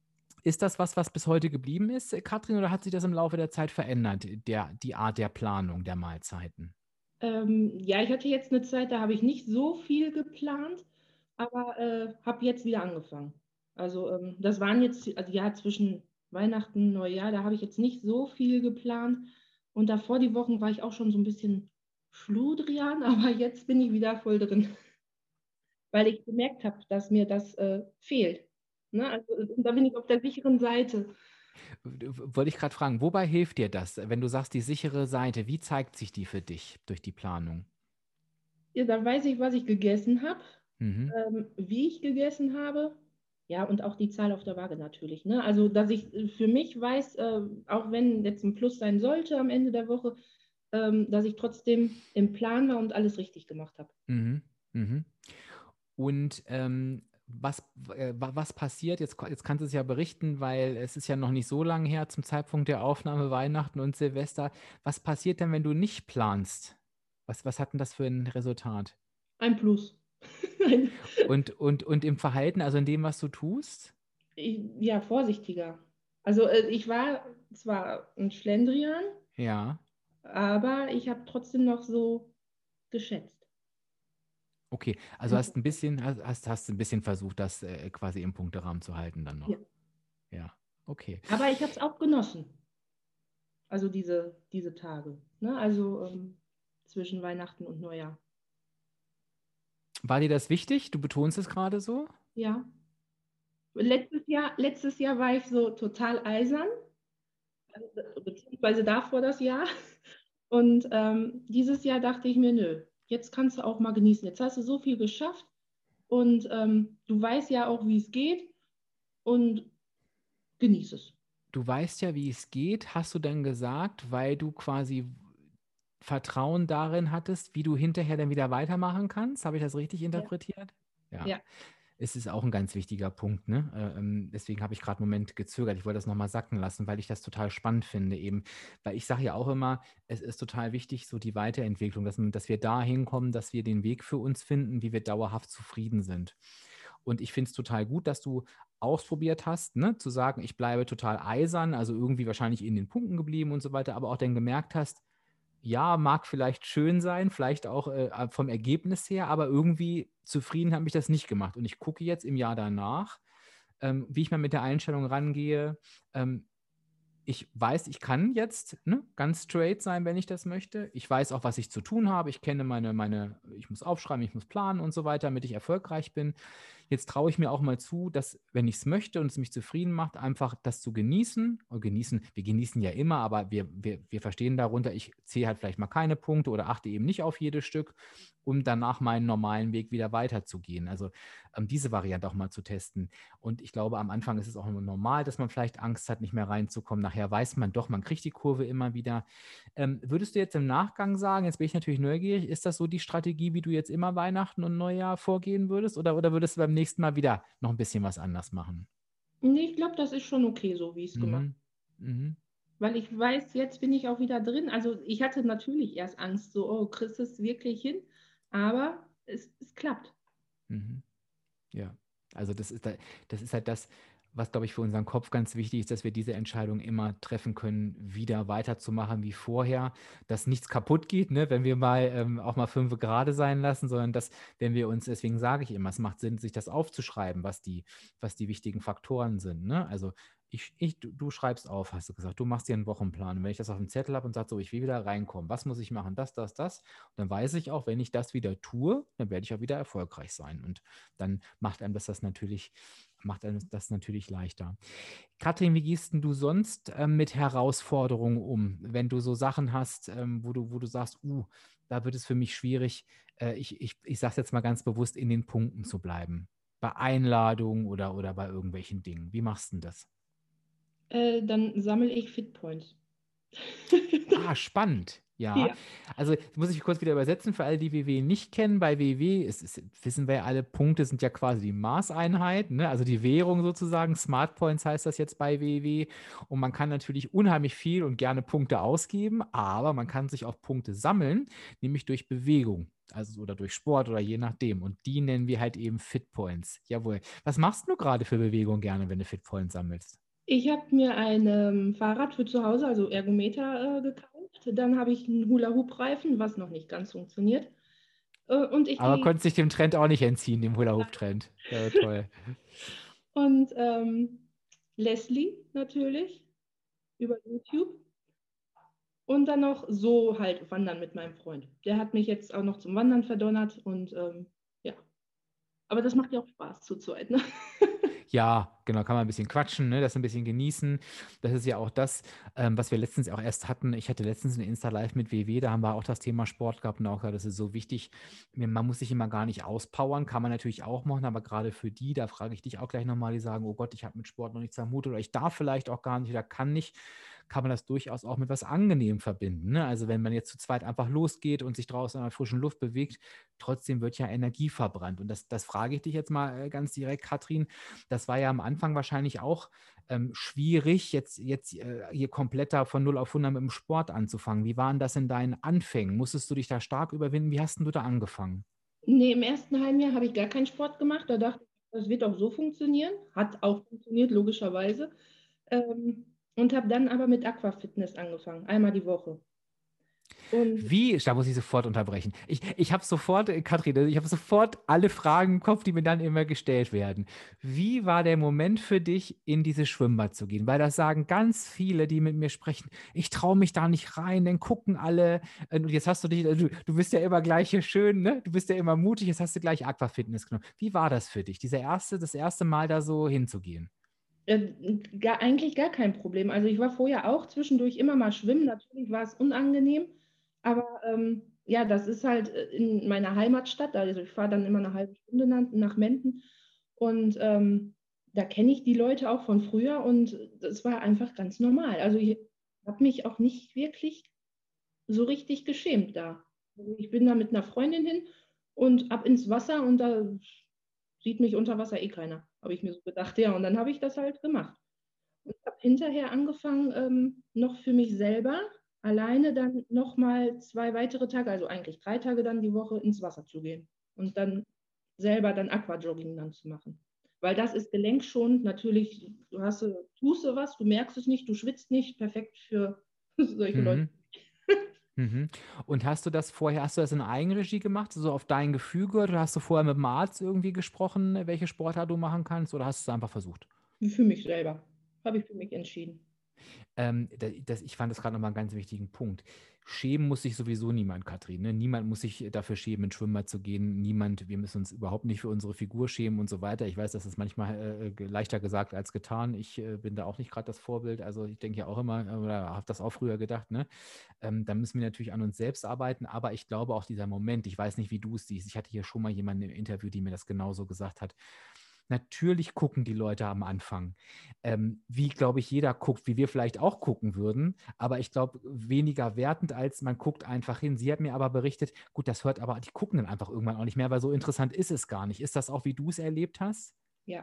[SPEAKER 1] Ist das was, was bis heute geblieben ist, Katrin, oder hat sich das im Laufe der Zeit verändert, der, die Art der Planung der Mahlzeiten?
[SPEAKER 2] ähm, ja, ich hatte jetzt eine Zeit, da habe ich nicht so viel geplant, aber äh, habe jetzt wieder angefangen. Also ähm, das waren jetzt, also ja, zwischen Weihnachten, Neujahr, da habe ich jetzt nicht so viel geplant. Und davor die Wochen war ich auch schon so ein bisschen schludrian, aber jetzt bin ich wieder voll drin, weil ich gemerkt habe, dass mir das äh, fehlt. Ne? Also, und da bin ich auf der sicheren Seite.
[SPEAKER 1] Wollte ich gerade fragen, wobei hilft dir das, wenn du sagst, die sichere Seite, wie zeigt sich die für dich durch die Planung?
[SPEAKER 2] Ja, da weiß ich, was ich gegessen habe,
[SPEAKER 1] Mhm.
[SPEAKER 2] ähm, wie ich gegessen habe. Ja, und auch die Zahl auf der Waage natürlich. Ne? Also, dass ich äh, für mich weiß, äh, auch wenn jetzt ein Plus sein sollte am Ende der Woche, ähm, dass ich trotzdem im Plan war und alles richtig gemacht habe.
[SPEAKER 1] Mhm. Mhm. Und ähm, was, äh, wa- was passiert, jetzt, jetzt kannst du es ja berichten, weil es ist ja noch nicht so lange her zum Zeitpunkt der Aufnahme, Weihnachten und Silvester. Was passiert denn, wenn du nicht planst? Was, was hat denn das für ein Resultat?
[SPEAKER 2] Ein Plus. Ein-
[SPEAKER 1] Und, und, und im Verhalten, also in dem, was du tust?
[SPEAKER 2] ich- ja, vorsichtiger. Also, äh, ich war zwar ein Schlendrian,
[SPEAKER 1] Ja,
[SPEAKER 2] aber ich habe trotzdem noch so geschätzt.
[SPEAKER 1] okay. Also hast ein bisschen, hast, hast hast ein bisschen versucht, das äh, quasi im Punkterahmen zu halten dann
[SPEAKER 2] Ja.
[SPEAKER 1] noch. Ja, okay.
[SPEAKER 2] Aber ich habe es auch genossen. Also diese, diese Tage. Ne? Also ähm, zwischen Weihnachten und Neujahr.
[SPEAKER 1] War dir das wichtig? Du betonst es gerade so?
[SPEAKER 2] Ja. Letztes Jahr, letztes Jahr war ich so total eisern, also, beziehungsweise davor das Jahr. Und ähm, dieses Jahr dachte ich mir, nö, jetzt kannst du auch mal genießen. Jetzt hast du so viel geschafft und ähm, du weißt ja auch, wie es geht und genieß es.
[SPEAKER 1] Du weißt ja, wie es geht, hast du dann gesagt, weil du quasi Vertrauen darin hattest, wie du hinterher dann wieder weitermachen kannst. Habe ich das richtig
[SPEAKER 2] Ja.
[SPEAKER 1] interpretiert? Ja,
[SPEAKER 2] Ja.
[SPEAKER 1] es ist auch ein ganz wichtiger Punkt, ne? Äh, ähm, deswegen habe ich gerade einen Moment gezögert. Ich wollte das nochmal sacken lassen, weil ich das total spannend finde eben. Weil ich sage ja auch immer, es ist total wichtig, so die Weiterentwicklung, dass, dass wir da hinkommen, dass wir den Weg für uns finden, wie wir dauerhaft zufrieden sind. Und ich finde es total gut, dass du ausprobiert hast, ne, zu sagen, ich bleibe total eisern, also irgendwie wahrscheinlich in den Punkten geblieben und so weiter, aber auch dann gemerkt hast, ja, mag vielleicht schön sein, vielleicht auch äh, vom Ergebnis her, aber irgendwie zufrieden habe ich das nicht gemacht. Und ich gucke jetzt im Jahr danach, ähm, wie ich mal mit der Einstellung rangehe. Ähm, ich weiß, ich kann jetzt ne, ganz straight sein, wenn ich das möchte. Ich weiß auch, was ich zu tun habe. Ich kenne meine, meine, ich muss aufschreiben, ich muss planen und so weiter, damit ich erfolgreich bin. Jetzt traue ich mir auch mal zu, dass, wenn ich es möchte und es mich zufrieden macht, einfach das zu genießen. Und genießen, wir genießen ja immer, aber wir, wir, wir verstehen darunter, ich zähle halt vielleicht mal keine Punkte oder achte eben nicht auf jedes Stück, um danach meinen normalen Weg wieder weiterzugehen. Also ähm, diese Variante auch mal zu testen. Und ich glaube, am Anfang ist es auch immer normal, dass man vielleicht Angst hat, nicht mehr reinzukommen. Nachher weiß man doch, man kriegt die Kurve immer wieder. Ähm, würdest du jetzt im Nachgang sagen, jetzt bin ich natürlich neugierig, ist das so die Strategie, wie du jetzt immer Weihnachten und Neujahr vorgehen würdest? Oder, oder würdest du beim nächsten Mal wieder noch ein bisschen was anders machen?
[SPEAKER 2] Nee, ich glaube, das ist schon okay, so wie ich es gemacht
[SPEAKER 1] Mhm. Mhm.
[SPEAKER 2] habe. Weil ich weiß, jetzt bin ich auch wieder drin. Also ich hatte natürlich erst Angst, so, oh, kriegst du es wirklich hin? Aber es, es klappt.
[SPEAKER 1] Mhm. Ja, also das ist, da, das ist halt das, was, glaube ich, für unseren Kopf ganz wichtig ist, dass wir diese Entscheidung immer treffen können, wieder weiterzumachen wie vorher, dass nichts kaputt geht, ne, wenn wir mal ähm, auch mal fünf gerade sein lassen, sondern dass, wenn wir uns, deswegen sage ich immer, es macht Sinn, sich das aufzuschreiben, was die, was die wichtigen Faktoren sind. Ne? Also ich, ich, du, du schreibst auf, hast du gesagt, du machst dir einen Wochenplan. Und wenn ich das auf dem Zettel habe und sage, so, ich will wieder reinkommen, was muss ich machen? Das, das, das. Und dann weiß ich auch, wenn ich das wieder tue, dann werde ich auch wieder erfolgreich sein. Und dann macht einem das, das natürlich, macht einem das natürlich leichter. Katrin, wie gehst denn du sonst ähm, mit Herausforderungen um, wenn du so Sachen hast, ähm, wo du, wo du sagst, uh, da wird es für mich schwierig, äh, ich, ich, ich sage es jetzt mal ganz bewusst, in den Punkten zu bleiben. Bei Einladungen oder, oder bei irgendwelchen Dingen. Wie machst du denn das?
[SPEAKER 2] Äh, dann sammle ich Fitpoints.
[SPEAKER 1] Ah, spannend. Ja,
[SPEAKER 2] Ja.
[SPEAKER 1] also das muss ich kurz wieder übersetzen für alle, die W W nicht kennen. Bei W W ist, ist, wissen wir ja alle, Punkte sind ja quasi die Maßeinheit, ne? Also die Währung sozusagen. Smart Points heißt das jetzt bei W W. Und man kann natürlich unheimlich viel und gerne Punkte ausgeben, aber man kann sich auch Punkte sammeln, nämlich durch Bewegung. Also oder durch Sport oder je nachdem. Und die nennen wir halt eben Fit Points. Jawohl. Was machst du gerade für Bewegung gerne, wenn du Fit Points sammelst?
[SPEAKER 2] Ich habe mir ein ähm, Fahrrad für zu Hause, also Ergometer, äh, gekauft. Dann habe ich einen Hula-Hoop-Reifen, was noch nicht ganz funktioniert. Äh, und ich
[SPEAKER 1] Aber
[SPEAKER 2] gehe
[SPEAKER 1] konntest dich dem Trend auch nicht entziehen, dem Hula-Hoop-Trend. Ja, toll.
[SPEAKER 2] und ähm, Leslie natürlich über YouTube. Und dann noch so halt wandern mit meinem Freund. Der hat mich jetzt auch noch zum Wandern verdonnert und ähm, ja. Aber das macht ja auch Spaß zu zweit, ne?
[SPEAKER 1] Ja, genau, kann man ein bisschen quatschen, ne, das ein bisschen genießen. Das ist ja auch das, ähm, was wir letztens auch erst hatten. Ich hatte letztens ein Insta-Live mit W W, da haben wir auch das Thema Sport gehabt und auch gesagt, das ist so wichtig. Man muss sich immer gar nicht auspowern, kann man natürlich auch machen, aber gerade für die, da frage ich dich auch gleich nochmal, die sagen, oh Gott, ich habe mit Sport noch nichts am Hut oder ich darf vielleicht auch gar nicht oder kann nicht, kann man das durchaus auch mit was Angenehmem verbinden. Ne? Also wenn man jetzt zu zweit einfach losgeht und sich draußen in der frischen Luft bewegt, trotzdem wird ja Energie verbrannt. Und das, das frage ich dich jetzt mal äh, ganz direkt, Katrin. Das war ja am Anfang wahrscheinlich auch ähm, schwierig, jetzt, jetzt äh, hier komplett da von null auf hundert mit dem Sport anzufangen. Wie waren das in deinen Anfängen? Musstest du dich da stark überwinden? Wie hast denn du da angefangen?
[SPEAKER 2] Nee, im ersten Halbjahr habe ich gar keinen Sport gemacht. Da dachte ich, das wird auch so funktionieren. Hat auch funktioniert, logischerweise. Ähm, und habe dann aber mit Aquafitness angefangen, einmal die Woche. Und
[SPEAKER 1] Wie, da muss ich sofort unterbrechen. Ich, ich habe sofort, äh, Katrin, ich habe sofort alle Fragen im Kopf, die mir dann immer gestellt werden. Wie war der Moment für dich, in dieses Schwimmbad zu gehen? Weil das sagen ganz viele, die mit mir sprechen, ich traue mich da nicht rein, dann gucken alle. äh, Und jetzt hast du dich, äh, du, du bist ja immer gleich hier schön, ne? Du bist ja immer mutig, jetzt hast du gleich Aquafitness genommen. Wie war das für dich, dieser erste, das erste Mal da so hinzugehen?
[SPEAKER 2] äh, gar, eigentlich gar kein Problem. Also ich war vorher auch zwischendurch immer mal schwimmen. Natürlich war es unangenehm, aber ähm, ja, das ist halt äh, in meiner Heimatstadt. Also ich fahre dann immer eine halbe Stunde nach, nach Menden und ähm, da kenne ich die Leute auch von früher und das war einfach ganz normal. Also ich habe mich auch nicht wirklich so richtig geschämt da. Also ich bin da mit einer Freundin hin und ab ins Wasser und da sieht mich unter Wasser eh keiner, habe ich mir so gedacht. Ja, und dann habe ich das halt gemacht. Und habe hinterher angefangen, ähm, noch für mich selber alleine dann nochmal zwei weitere Tage, also eigentlich drei Tage dann die Woche ins Wasser zu gehen und dann selber dann Aquajogging dann zu machen. Weil das ist gelenkschonend, natürlich, du hast, tust du was, du merkst es nicht, du schwitzt nicht, perfekt für solche Leute.
[SPEAKER 1] Mhm. Mhm. Und hast du das vorher, hast du das in Eigenregie gemacht, so auf dein Gefühl gehört, oder hast du vorher mit dem Arzt irgendwie gesprochen, welche Sportart du machen kannst, oder hast du es einfach versucht?
[SPEAKER 2] Für mich selber. Habe ich für mich entschieden.
[SPEAKER 1] Ähm, das, ich fand das gerade nochmal einen ganz wichtigen Punkt. Schämen muss sich sowieso niemand, Katrin. Ne? Niemand muss sich dafür schämen, ins Schwimmbad zu gehen. Niemand, wir müssen uns überhaupt nicht für unsere Figur schämen und so weiter. Ich weiß, das ist manchmal äh, leichter gesagt als getan. Ich äh, bin da auch nicht gerade das Vorbild. Also ich denke ja auch immer, oder habe das auch früher gedacht, ne? Ähm, da müssen wir natürlich an uns selbst arbeiten. Aber ich glaube auch dieser Moment, ich weiß nicht, wie du es siehst. Ich hatte hier schon mal jemanden im Interview, die mir das genauso gesagt hat. Natürlich gucken die Leute am Anfang, ähm, wie, glaube ich, jeder guckt, wie wir vielleicht auch gucken würden. Aber ich glaube, weniger wertend, als man guckt einfach hin. Sie hat mir aber berichtet, gut, das hört aber, die gucken dann einfach irgendwann auch nicht mehr, weil so interessant ist es gar nicht. Ist das auch, wie du es erlebt hast?
[SPEAKER 2] Ja.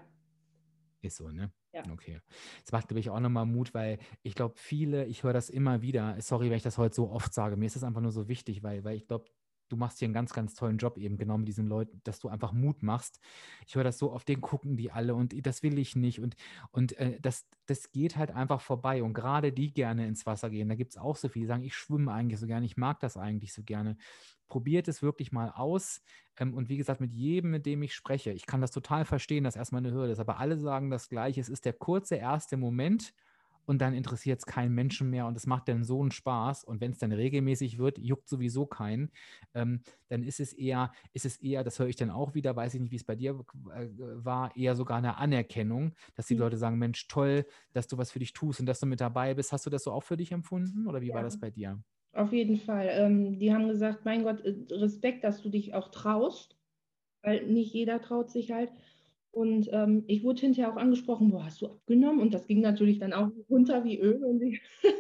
[SPEAKER 1] Ist so, ne?
[SPEAKER 2] Ja.
[SPEAKER 1] Okay. Das macht, glaube ich, auch nochmal Mut, weil ich glaube, viele, ich höre das immer wieder, sorry, wenn ich das heute so oft sage, mir ist das einfach nur so wichtig, weil, weil ich glaube, du machst hier einen ganz, ganz tollen Job eben, genau mit diesen Leuten, dass du einfach Mut machst. Ich höre das so oft, den gucken die alle und das will ich nicht und, und äh, das, das geht halt einfach vorbei und gerade die gerne ins Wasser gehen, da gibt es auch so viele, die sagen, ich schwimme eigentlich so gerne, ich mag das eigentlich so gerne. Probiert es wirklich mal aus. Ähm, und wie gesagt, mit jedem, mit dem ich spreche, ich kann das total verstehen, dass erstmal eine Hürde ist, aber alle sagen das Gleiche. Es ist der kurze erste Moment und dann interessiert es keinen Menschen mehr und es macht dann so einen Spaß. Und wenn es dann regelmäßig wird, juckt sowieso keinen. Ähm, dann ist es eher, ist es eher, das höre ich dann auch wieder, weiß ich nicht, wie es bei dir äh, war, eher sogar eine Anerkennung, dass die
[SPEAKER 2] Mhm.
[SPEAKER 1] Leute sagen, Mensch, toll, dass du was für dich tust und dass du mit dabei bist. Hast du das so auch für dich empfunden oder wie
[SPEAKER 2] Ja,
[SPEAKER 1] war das bei dir?
[SPEAKER 2] auf jeden Fall. Ähm, die haben gesagt, mein Gott, äh, Respekt, dass du dich auch traust, weil nicht jeder traut sich halt. Und ähm, ich wurde hinterher auch angesprochen, boah, hast du abgenommen? Und das ging natürlich dann auch runter wie Öl. Und, ich,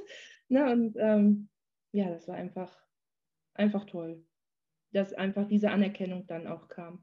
[SPEAKER 2] ne, und ähm, ja, das war einfach, einfach toll, dass einfach diese Anerkennung dann auch kam.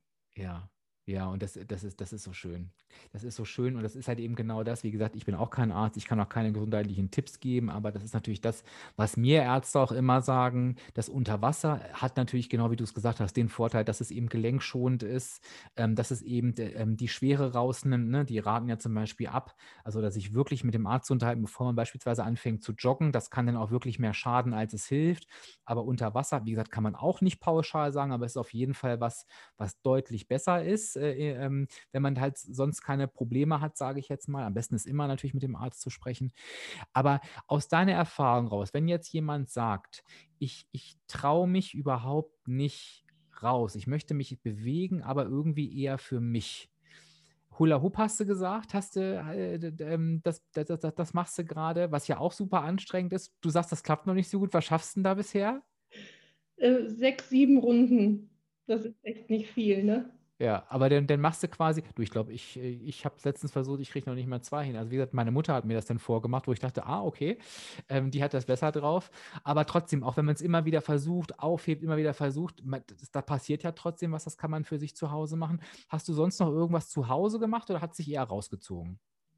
[SPEAKER 1] Ja, ja, und das, das ist, das ist so schön. Das ist so schön und das ist halt eben genau das. Wie gesagt, ich bin auch kein Arzt, ich kann auch keine gesundheitlichen Tipps geben, aber das ist natürlich das, was mir Ärzte auch immer sagen. Das Unterwasser hat natürlich, genau wie du es gesagt hast, den Vorteil, dass es eben gelenkschonend ist, ähm, dass es eben ähm, die Schwere rausnimmt. Ne? Die raten ja zum Beispiel ab, also dass sich wirklich mit dem Arzt zu unterhalten, bevor man beispielsweise anfängt zu joggen. Das kann dann auch wirklich mehr schaden, als es hilft. Aber unter Wasser, wie gesagt, kann man auch nicht pauschal sagen, aber es ist auf jeden Fall was, was deutlich besser ist, äh, ähm, wenn man halt sonst keine Probleme hat, sage ich jetzt mal. Am besten ist immer natürlich mit dem Arzt zu sprechen. Aber aus deiner Erfahrung raus, wenn jetzt jemand sagt, ich, ich traue mich überhaupt nicht raus, ich möchte mich bewegen, aber irgendwie eher für mich. Hula Hoop hast du gesagt, hast du, äh, ähm, das, das, das, das machst du gerade, was ja auch super anstrengend ist. Du sagst, das klappt noch nicht so gut. Was schaffst du denn da bisher?
[SPEAKER 2] Äh, sechs, sieben Runden, das ist echt nicht viel, ne?
[SPEAKER 1] Ja, aber dann, dann machst du quasi, du, ich glaube, ich, äh, ich habe es letztens versucht, ich kriege noch nicht mal zwei hin. Also wie gesagt, meine Mutter hat mir das dann vorgemacht, wo ich dachte, ah, okay, ähm, die hat das besser drauf. Aber trotzdem, auch wenn man es immer wieder versucht, aufhebt, immer wieder versucht, man, das, da passiert ja trotzdem was, das kann man für sich zu Hause machen. Hast du sonst noch irgendwas zu Hause gemacht oder hat sich eher rausgezogen?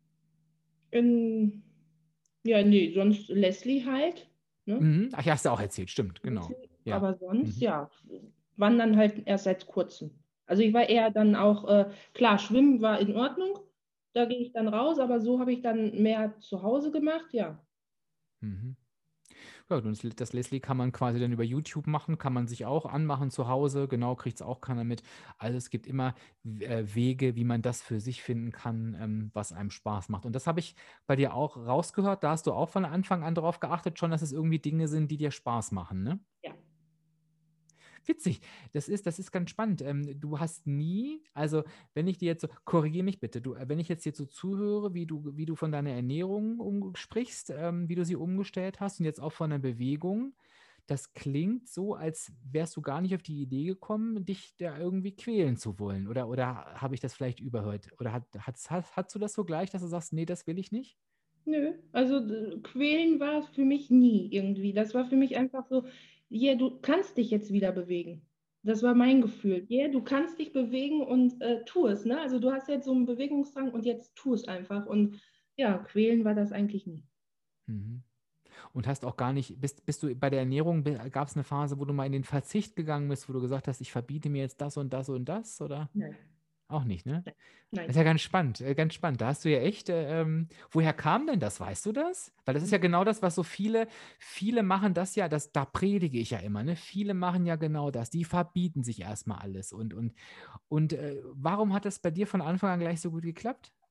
[SPEAKER 2] In, ja, nee, sonst Leslie halt, ne?
[SPEAKER 1] Mhm. Ach ja, hast du auch erzählt, stimmt, genau.
[SPEAKER 2] Leslie,
[SPEAKER 1] Ja.
[SPEAKER 2] aber sonst,
[SPEAKER 1] Mhm.
[SPEAKER 2] ja, wandern halt erst seit kurzem. Also ich war eher dann auch, äh, klar, Schwimmen war in Ordnung, da gehe ich dann raus, aber so habe ich dann mehr zu Hause gemacht, ja.
[SPEAKER 1] Mhm. Ja, und das, das Leslie kann man quasi dann über YouTube machen, kann man sich auch anmachen zu Hause, genau, kriegt es auch keiner mit. Also es gibt immer äh, Wege, wie man das für sich finden kann, ähm, was einem Spaß macht. Und das habe ich bei dir auch rausgehört, da hast du auch von Anfang an darauf geachtet, schon, dass es irgendwie Dinge sind, die dir Spaß machen, ne?
[SPEAKER 2] Ja.
[SPEAKER 1] Witzig, das ist, das ist ganz spannend. Ähm, du hast nie, also wenn ich dir jetzt so, korrigiere mich bitte, du, äh, wenn ich jetzt dir so zuhöre, wie du, wie du von deiner Ernährung um, sprichst, ähm, wie du sie umgestellt hast und jetzt auch von der Bewegung, das klingt so, als wärst du gar nicht auf die Idee gekommen, dich da irgendwie quälen zu wollen. Oder, oder habe ich das vielleicht überhört? Oder hat, hast, hast, hast du das so gleich, dass du sagst, nee, das will ich nicht?
[SPEAKER 2] Nö, also äh, quälen war es für mich nie irgendwie. Das war für mich einfach so, ja, du kannst dich jetzt wieder bewegen. Das war mein Gefühl. Ja, du kannst dich bewegen und äh, tu es, ne? Also du hast jetzt so einen Bewegungsdrang und jetzt tu es einfach. Und ja, quälen war das eigentlich nie.
[SPEAKER 1] Mhm. Und hast auch gar nicht, bist, bist du bei der Ernährung, gab es eine Phase, wo du mal in den Verzicht gegangen bist, wo du gesagt hast, ich verbiete mir jetzt das und das und das, oder?
[SPEAKER 2] Nein,
[SPEAKER 1] Auch nicht, ne?
[SPEAKER 2] nein,
[SPEAKER 1] Das ist
[SPEAKER 2] nein.
[SPEAKER 1] ja ganz spannend, äh, ganz spannend. Da hast du ja echt, äh, ähm, woher kam denn das? Weißt du das? Weil das ist ja genau das, was so viele, viele machen das ja, das, da predige ich ja immer, ne? Viele machen ja genau das. Die verbieten sich erstmal alles. Und, und, und äh, warum hat das bei dir von Anfang an gleich so gut geklappt?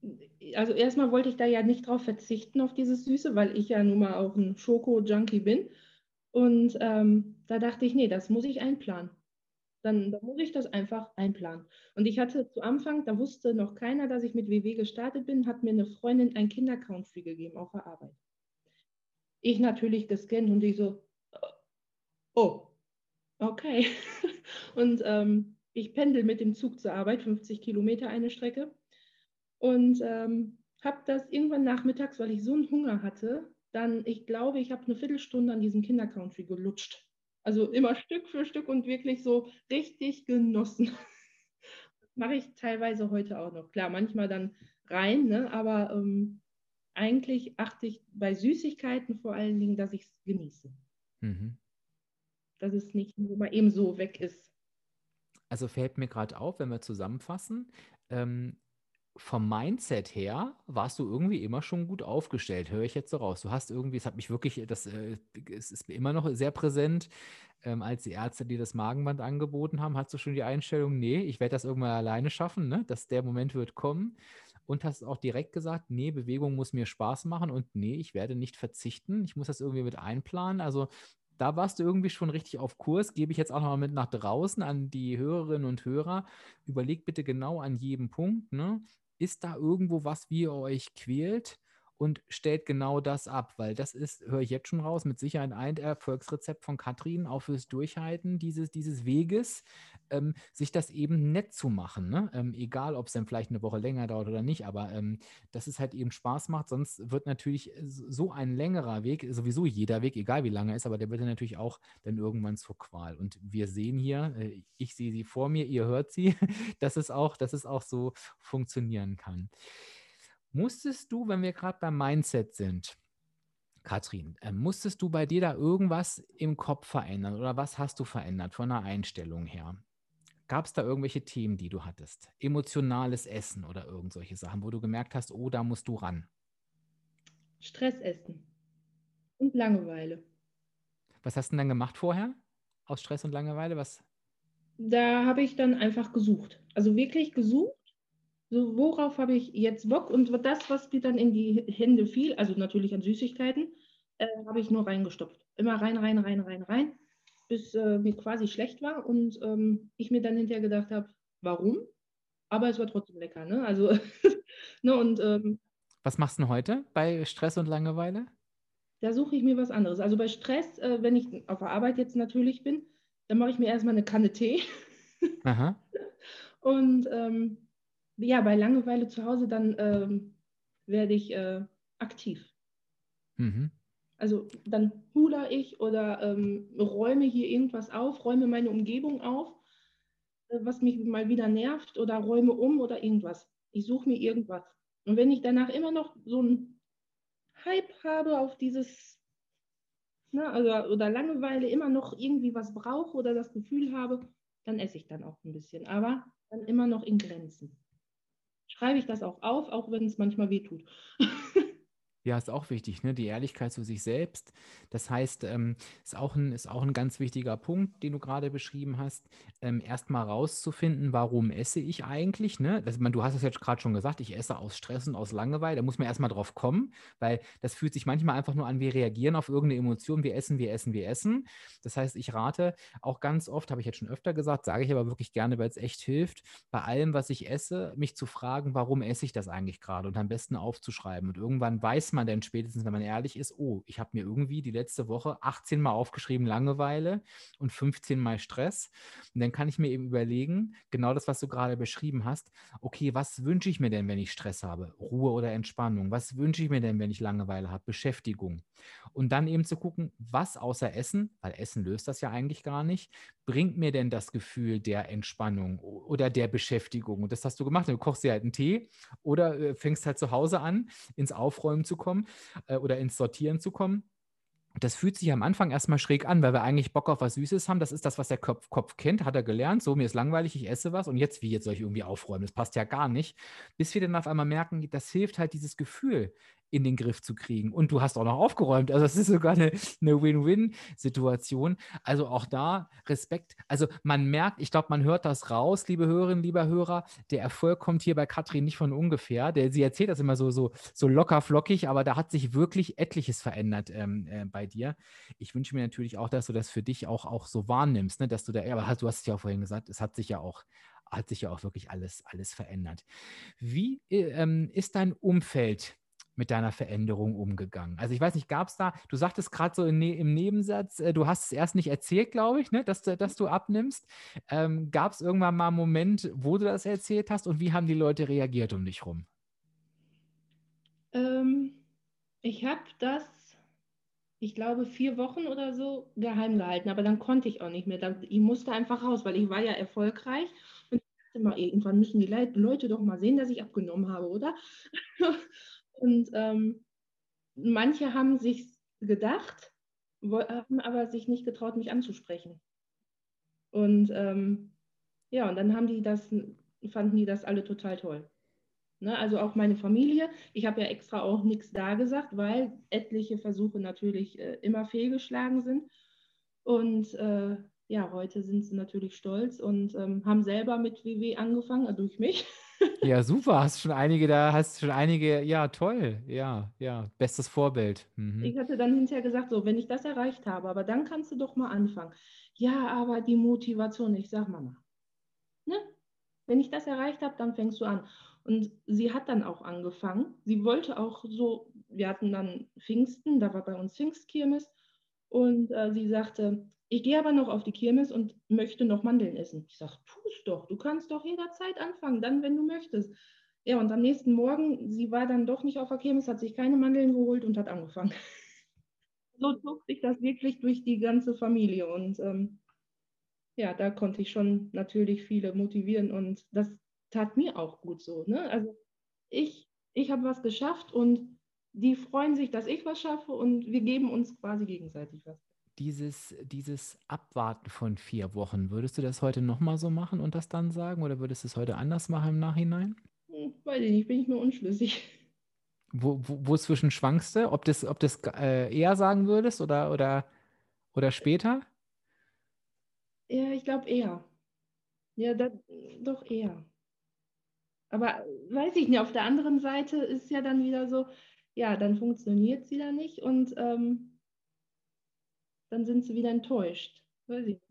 [SPEAKER 2] also erstmal wollte ich da ja nicht drauf verzichten, auf dieses Süße, weil ich ja nun mal auch ein Schoko-Junkie bin. Und ähm, da dachte ich, nee, das muss ich einplanen. Dann, dann muss ich das einfach einplanen. Und ich hatte zu Anfang, da wusste noch keiner, dass ich mit W W gestartet bin, hat mir eine Freundin ein Kinder-Country gegeben auf der Arbeit. Ich natürlich gescannt und ich so, oh, okay. Und ähm, ich pendel mit dem Zug zur Arbeit, fünfzig Kilometer eine Strecke. Und ähm, habe das irgendwann nachmittags, weil ich so einen Hunger hatte, dann, ich glaube, ich habe eine Viertelstunde an diesem Kinder-Country gelutscht. Also immer Stück für Stück und wirklich so richtig genossen. Das mache ich teilweise heute auch noch. Klar, manchmal dann rein, ne? Aber ähm, eigentlich achte ich bei Süßigkeiten vor allen Dingen, dass ich es genieße.
[SPEAKER 1] Mhm.
[SPEAKER 2] Dass es nicht nur mal eben so weg ist.
[SPEAKER 1] Also fällt mir gerade auf, wenn wir zusammenfassen, ähm, vom Mindset her warst du irgendwie immer schon gut aufgestellt, höre ich jetzt so raus. Du hast irgendwie, es hat mich wirklich, das äh, es ist mir immer noch sehr präsent, ähm, als die Ärzte dir das Magenband angeboten haben, hast du schon die Einstellung, nee, ich werde das irgendwann alleine schaffen, ne? Dass der Moment wird kommen. Und hast auch direkt gesagt, nee, Bewegung muss mir Spaß machen und nee, ich werde nicht verzichten. Ich muss das irgendwie mit einplanen. Also da warst du irgendwie schon richtig auf Kurs. Gebe ich jetzt auch noch mal mit nach draußen an die Hörerinnen und Hörer. Überlegt bitte genau an jedem Punkt, ne? Ist da irgendwo was, wie ihr euch quält? Und stellt genau das ab, weil das ist, höre ich jetzt schon raus, mit Sicherheit ein Erfolgsrezept von Katrin, auch fürs Durchhalten dieses, dieses Weges, ähm, sich das eben nett zu machen. Ne? Ähm, egal, ob es dann vielleicht eine Woche länger dauert oder nicht, aber ähm, dass es halt eben Spaß macht, sonst wird natürlich so ein längerer Weg, sowieso jeder Weg, egal wie lange er ist, aber der wird dann natürlich auch dann irgendwann zur Qual. Und wir sehen hier, äh, ich sehe sie vor mir, ihr hört sie, dass es auch, dass es auch so funktionieren kann. Musstest du, wenn wir gerade beim Mindset sind, Katrin, äh, musstest du bei dir da irgendwas im Kopf verändern oder was hast du verändert von der Einstellung her? Gab es da irgendwelche Themen, die du hattest? Emotionales Essen oder irgend solche Sachen, wo du gemerkt hast, oh, da musst du ran?
[SPEAKER 2] Stress essen und Langeweile.
[SPEAKER 1] Was hast du denn dann gemacht vorher? Aus Stress und Langeweile? Was?
[SPEAKER 2] Da habe ich dann einfach gesucht. Also wirklich gesucht. So, worauf habe ich jetzt Bock? Und das, was mir dann in die Hände fiel, also natürlich an Süßigkeiten, äh, habe ich nur reingestopft. Immer rein, rein, rein, rein, rein, bis äh, mir quasi schlecht war und ähm, ich mir dann hinterher gedacht habe, warum? Aber es war trotzdem lecker, ne? Also, ne, und ähm,
[SPEAKER 1] Was machst du denn heute bei Stress und Langeweile?
[SPEAKER 2] da suche ich mir was anderes. Also bei Stress, äh, wenn ich auf der Arbeit jetzt natürlich bin, dann mache ich mir erstmal eine Kanne Tee.
[SPEAKER 1] Aha.
[SPEAKER 2] Und ähm, ja, bei Langeweile zu Hause, dann ähm, werde ich äh, aktiv.
[SPEAKER 1] Mhm.
[SPEAKER 2] Also dann hula ich oder ähm, räume hier irgendwas auf, räume meine Umgebung auf, äh, was mich mal wieder nervt oder räume um oder irgendwas. Ich suche mir irgendwas. Und wenn ich danach immer noch so einen Hype habe auf dieses, ne, also, oder Langeweile, immer noch irgendwie was brauche oder das Gefühl habe, dann esse ich dann auch ein bisschen. Aber dann immer noch in Grenzen. Schreibe ich das auch auf, auch wenn es manchmal weh tut.
[SPEAKER 1] Ja, ist auch wichtig, ne? Die Ehrlichkeit zu sich selbst. Das heißt, ähm, ist auch ein, ist auch ein ganz wichtiger Punkt, den du gerade beschrieben hast. Ähm, erstmal rauszufinden, warum esse ich eigentlich, ne? Das, man, du hast es jetzt gerade schon gesagt, ich esse aus Stress und aus Langeweile. Da muss man erstmal drauf kommen, weil das fühlt sich manchmal einfach nur an, wir reagieren auf irgendeine Emotion, wir essen, wir essen, wir essen. Das heißt, ich rate auch ganz oft, habe ich jetzt schon öfter gesagt, sage ich aber wirklich gerne, weil es echt hilft, bei allem, was ich esse, mich zu fragen, warum esse ich das eigentlich gerade und am besten aufzuschreiben. Und irgendwann weiß man dann spätestens, wenn man ehrlich ist, oh, ich habe mir irgendwie die letzte Woche achtzehn Mal aufgeschrieben Langeweile und fünfzehn Mal Stress. Und dann kann ich mir eben überlegen, genau das, was du gerade beschrieben hast, okay, was wünsche ich mir denn, wenn ich Stress habe? Ruhe oder Entspannung? Was wünsche ich mir denn, wenn ich Langeweile habe? Beschäftigung. Und dann eben zu gucken, was außer Essen, weil Essen löst das ja eigentlich gar nicht, bringt mir denn das Gefühl der Entspannung oder der Beschäftigung? Und das hast du gemacht. Du kochst dir halt einen Tee oder äh, fängst halt zu Hause an, ins Aufräumen zu kommen äh, oder ins Sortieren zu kommen. Das fühlt sich am Anfang erstmal schräg an, weil wir eigentlich Bock auf was Süßes haben. Das ist das, was der Kopf, Kopf kennt, hat er gelernt. So, mir ist langweilig, ich esse was und jetzt, wie jetzt soll ich irgendwie aufräumen? Das passt ja gar nicht. Bis wir dann auf einmal merken, das hilft halt dieses Gefühl in den Griff zu kriegen. Und du hast auch noch aufgeräumt. Also es ist sogar eine, eine Win-Win-Situation. Also auch da Respekt. Also man merkt, ich glaube, man hört das raus, liebe Hörerinnen, lieber Hörer. Der Erfolg kommt hier bei Katrin nicht von ungefähr. Der, sie erzählt das immer so, so, so locker flockig, aber da hat sich wirklich etliches verändert ähm, äh, bei dir. Ich wünsche mir natürlich auch, dass du das für dich auch, auch so wahrnimmst, ne? Dass du da, aber du hast es ja auch vorhin gesagt, es hat sich ja auch hat sich ja auch wirklich alles, alles verändert. Wie ähm, ist dein Umfeld mit deiner Veränderung umgegangen? Also ich weiß nicht, gab es da, du sagtest gerade so in, im Nebensatz, äh, du hast es erst nicht erzählt, glaube ich, ne, dass, dass du abnimmst. Ähm, gab es irgendwann mal einen Moment, wo du das erzählt hast und wie haben die Leute reagiert um dich rum?
[SPEAKER 2] Ähm, ich habe das, ich glaube, vier Wochen oder so geheim gehalten, aber dann konnte ich auch nicht mehr. Da, ich musste einfach raus, weil ich war ja erfolgreich. Und ich dachte mal, irgendwann müssen die Leute doch mal sehen, dass ich abgenommen habe, oder? Und ähm, manche haben sich gedacht, haben aber sich nicht getraut, mich anzusprechen. Und ähm, ja, und dann haben die das, fanden die das alle total toll. Ne? Also auch meine Familie. Ich habe ja extra auch nichts da gesagt, weil etliche Versuche natürlich äh, immer fehlgeschlagen sind. Und äh, ja, heute sind sie natürlich stolz und ähm, haben selber mit W W angefangen, also durch mich.
[SPEAKER 1] Ja, super. Hast schon einige da, hast schon einige, ja, toll. Ja, ja, bestes Vorbild. Mhm.
[SPEAKER 2] Ich hatte dann hinterher gesagt, so, wenn ich das erreicht habe, aber dann kannst du doch mal anfangen. Ja, aber die Motivation, ich sag Mama, ne? Wenn ich das erreicht habe, dann fängst du an. Und sie hat dann auch angefangen. Sie wollte auch so, wir hatten dann Pfingsten, da war bei uns Pfingstkirmes. Und äh, sie sagte, ich gehe aber noch auf die Kirmes und möchte noch Mandeln essen. Ich sage, tu es doch, du kannst doch jederzeit anfangen, dann, wenn du möchtest. Ja, und am nächsten Morgen, sie war dann doch nicht auf der Kirmes, hat sich keine Mandeln geholt und hat angefangen. So zog sich das wirklich durch die ganze Familie. Und ähm, ja, da konnte ich schon natürlich viele motivieren und das tat mir auch gut so. Ne? Also ich, ich habe was geschafft und die freuen sich, dass ich was schaffe und wir geben uns quasi gegenseitig was.
[SPEAKER 1] Dieses, dieses Abwarten von vier Wochen, würdest du das heute nochmal so machen und das dann sagen oder würdest du es heute anders machen im Nachhinein?
[SPEAKER 2] Hm, weiß ich nicht, bin ich mir unschlüssig.
[SPEAKER 1] Wo, wo, wo zwischen schwankst du? Ob das, ob das äh, eher sagen würdest oder, oder, oder später?
[SPEAKER 2] Ja, ich glaube eher. Ja, das, doch eher. Aber weiß ich nicht, auf der anderen Seite ist ja dann wieder so, ja, dann funktioniert es wieder nicht und ähm, dann sind sie wieder enttäuscht. Weiß ich.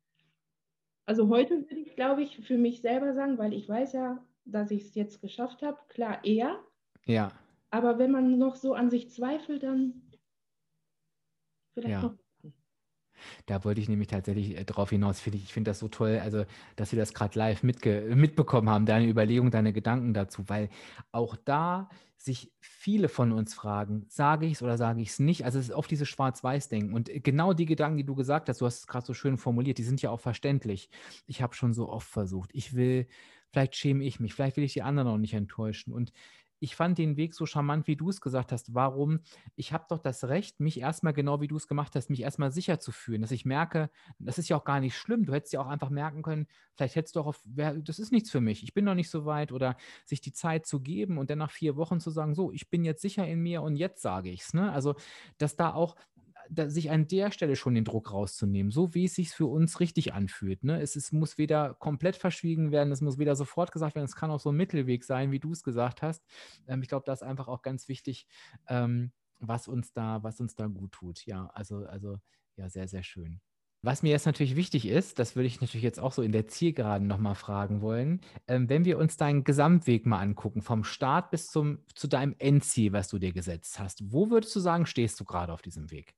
[SPEAKER 2] Also heute würde ich, glaube ich, für mich selber sagen, weil ich weiß ja, dass ich es jetzt geschafft habe, klar eher,
[SPEAKER 1] Ja,
[SPEAKER 2] aber wenn man noch so an sich zweifelt, dann vielleicht
[SPEAKER 1] ja.
[SPEAKER 2] noch.
[SPEAKER 1] Da wollte ich nämlich tatsächlich äh, drauf hinaus. Find ich ich finde das so toll, also dass wir das gerade live mitge mitbekommen haben, deine Überlegung, deine Gedanken dazu, weil auch da sich viele von uns fragen, sage ich es oder sage ich es nicht? Also es ist oft dieses Schwarz-Weiß-Denken. Und äh, genau die Gedanken, die du gesagt hast, du hast es gerade so schön formuliert, die sind ja auch verständlich. Ich habe schon so oft versucht. Ich will, vielleicht schäme ich mich, vielleicht will ich die anderen auch nicht enttäuschen. Und ich fand den Weg so charmant, wie du es gesagt hast. Warum? Ich habe doch das Recht, mich erstmal genau wie du es gemacht hast, mich erstmal sicher zu fühlen, dass ich merke, das ist ja auch gar nicht schlimm. Du hättest ja auch einfach merken können, vielleicht hättest du auch auf, das ist nichts für mich, ich bin noch nicht so weit oder sich die Zeit zu geben und dann nach vier Wochen zu sagen, so, ich bin jetzt sicher in mir und jetzt sage ich es. Ne? Also, dass da auch da, sich an der Stelle schon den Druck rauszunehmen, so wie es sich für uns richtig anfühlt. Ne? Es, es muss weder komplett verschwiegen werden, es muss weder sofort gesagt werden, es kann auch so ein Mittelweg sein, wie du es gesagt hast. Ähm, ich glaube, da ist einfach auch ganz wichtig, ähm, was uns da, was uns da gut tut. Ja, also, also ja, sehr, sehr schön. Was mir jetzt natürlich wichtig ist, das würde ich natürlich jetzt auch so in der Zielgeraden nochmal fragen wollen, ähm, wenn wir uns deinen Gesamtweg mal angucken, vom Start bis zum, zu deinem Endziel, was du dir gesetzt hast, wo würdest du sagen, stehst du gerade auf diesem Weg?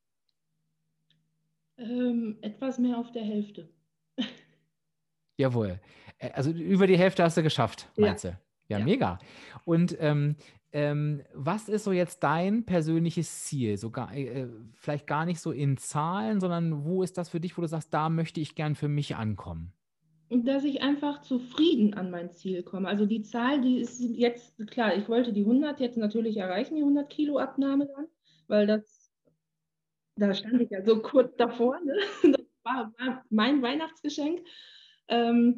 [SPEAKER 2] Ähm, etwas mehr auf der Hälfte.
[SPEAKER 1] Jawohl. Äh, Also über die Hälfte hast du geschafft,
[SPEAKER 2] Ja,
[SPEAKER 1] meinst du? Ja,
[SPEAKER 2] ja.
[SPEAKER 1] mega. Und ähm, ähm, was ist so jetzt dein persönliches Ziel? So gar, äh, vielleicht gar nicht so in Zahlen, sondern wo ist das für dich, wo du sagst, da möchte ich gern für mich ankommen?
[SPEAKER 2] Und dass ich einfach zufrieden an mein Ziel komme. Also die Zahl, die ist jetzt, klar, ich wollte die hundert jetzt natürlich erreichen, die hundert Kilo Abnahme dann, weil das, da stand ich ja so kurz davor, ne? Das war, war mein Weihnachtsgeschenk. Ähm,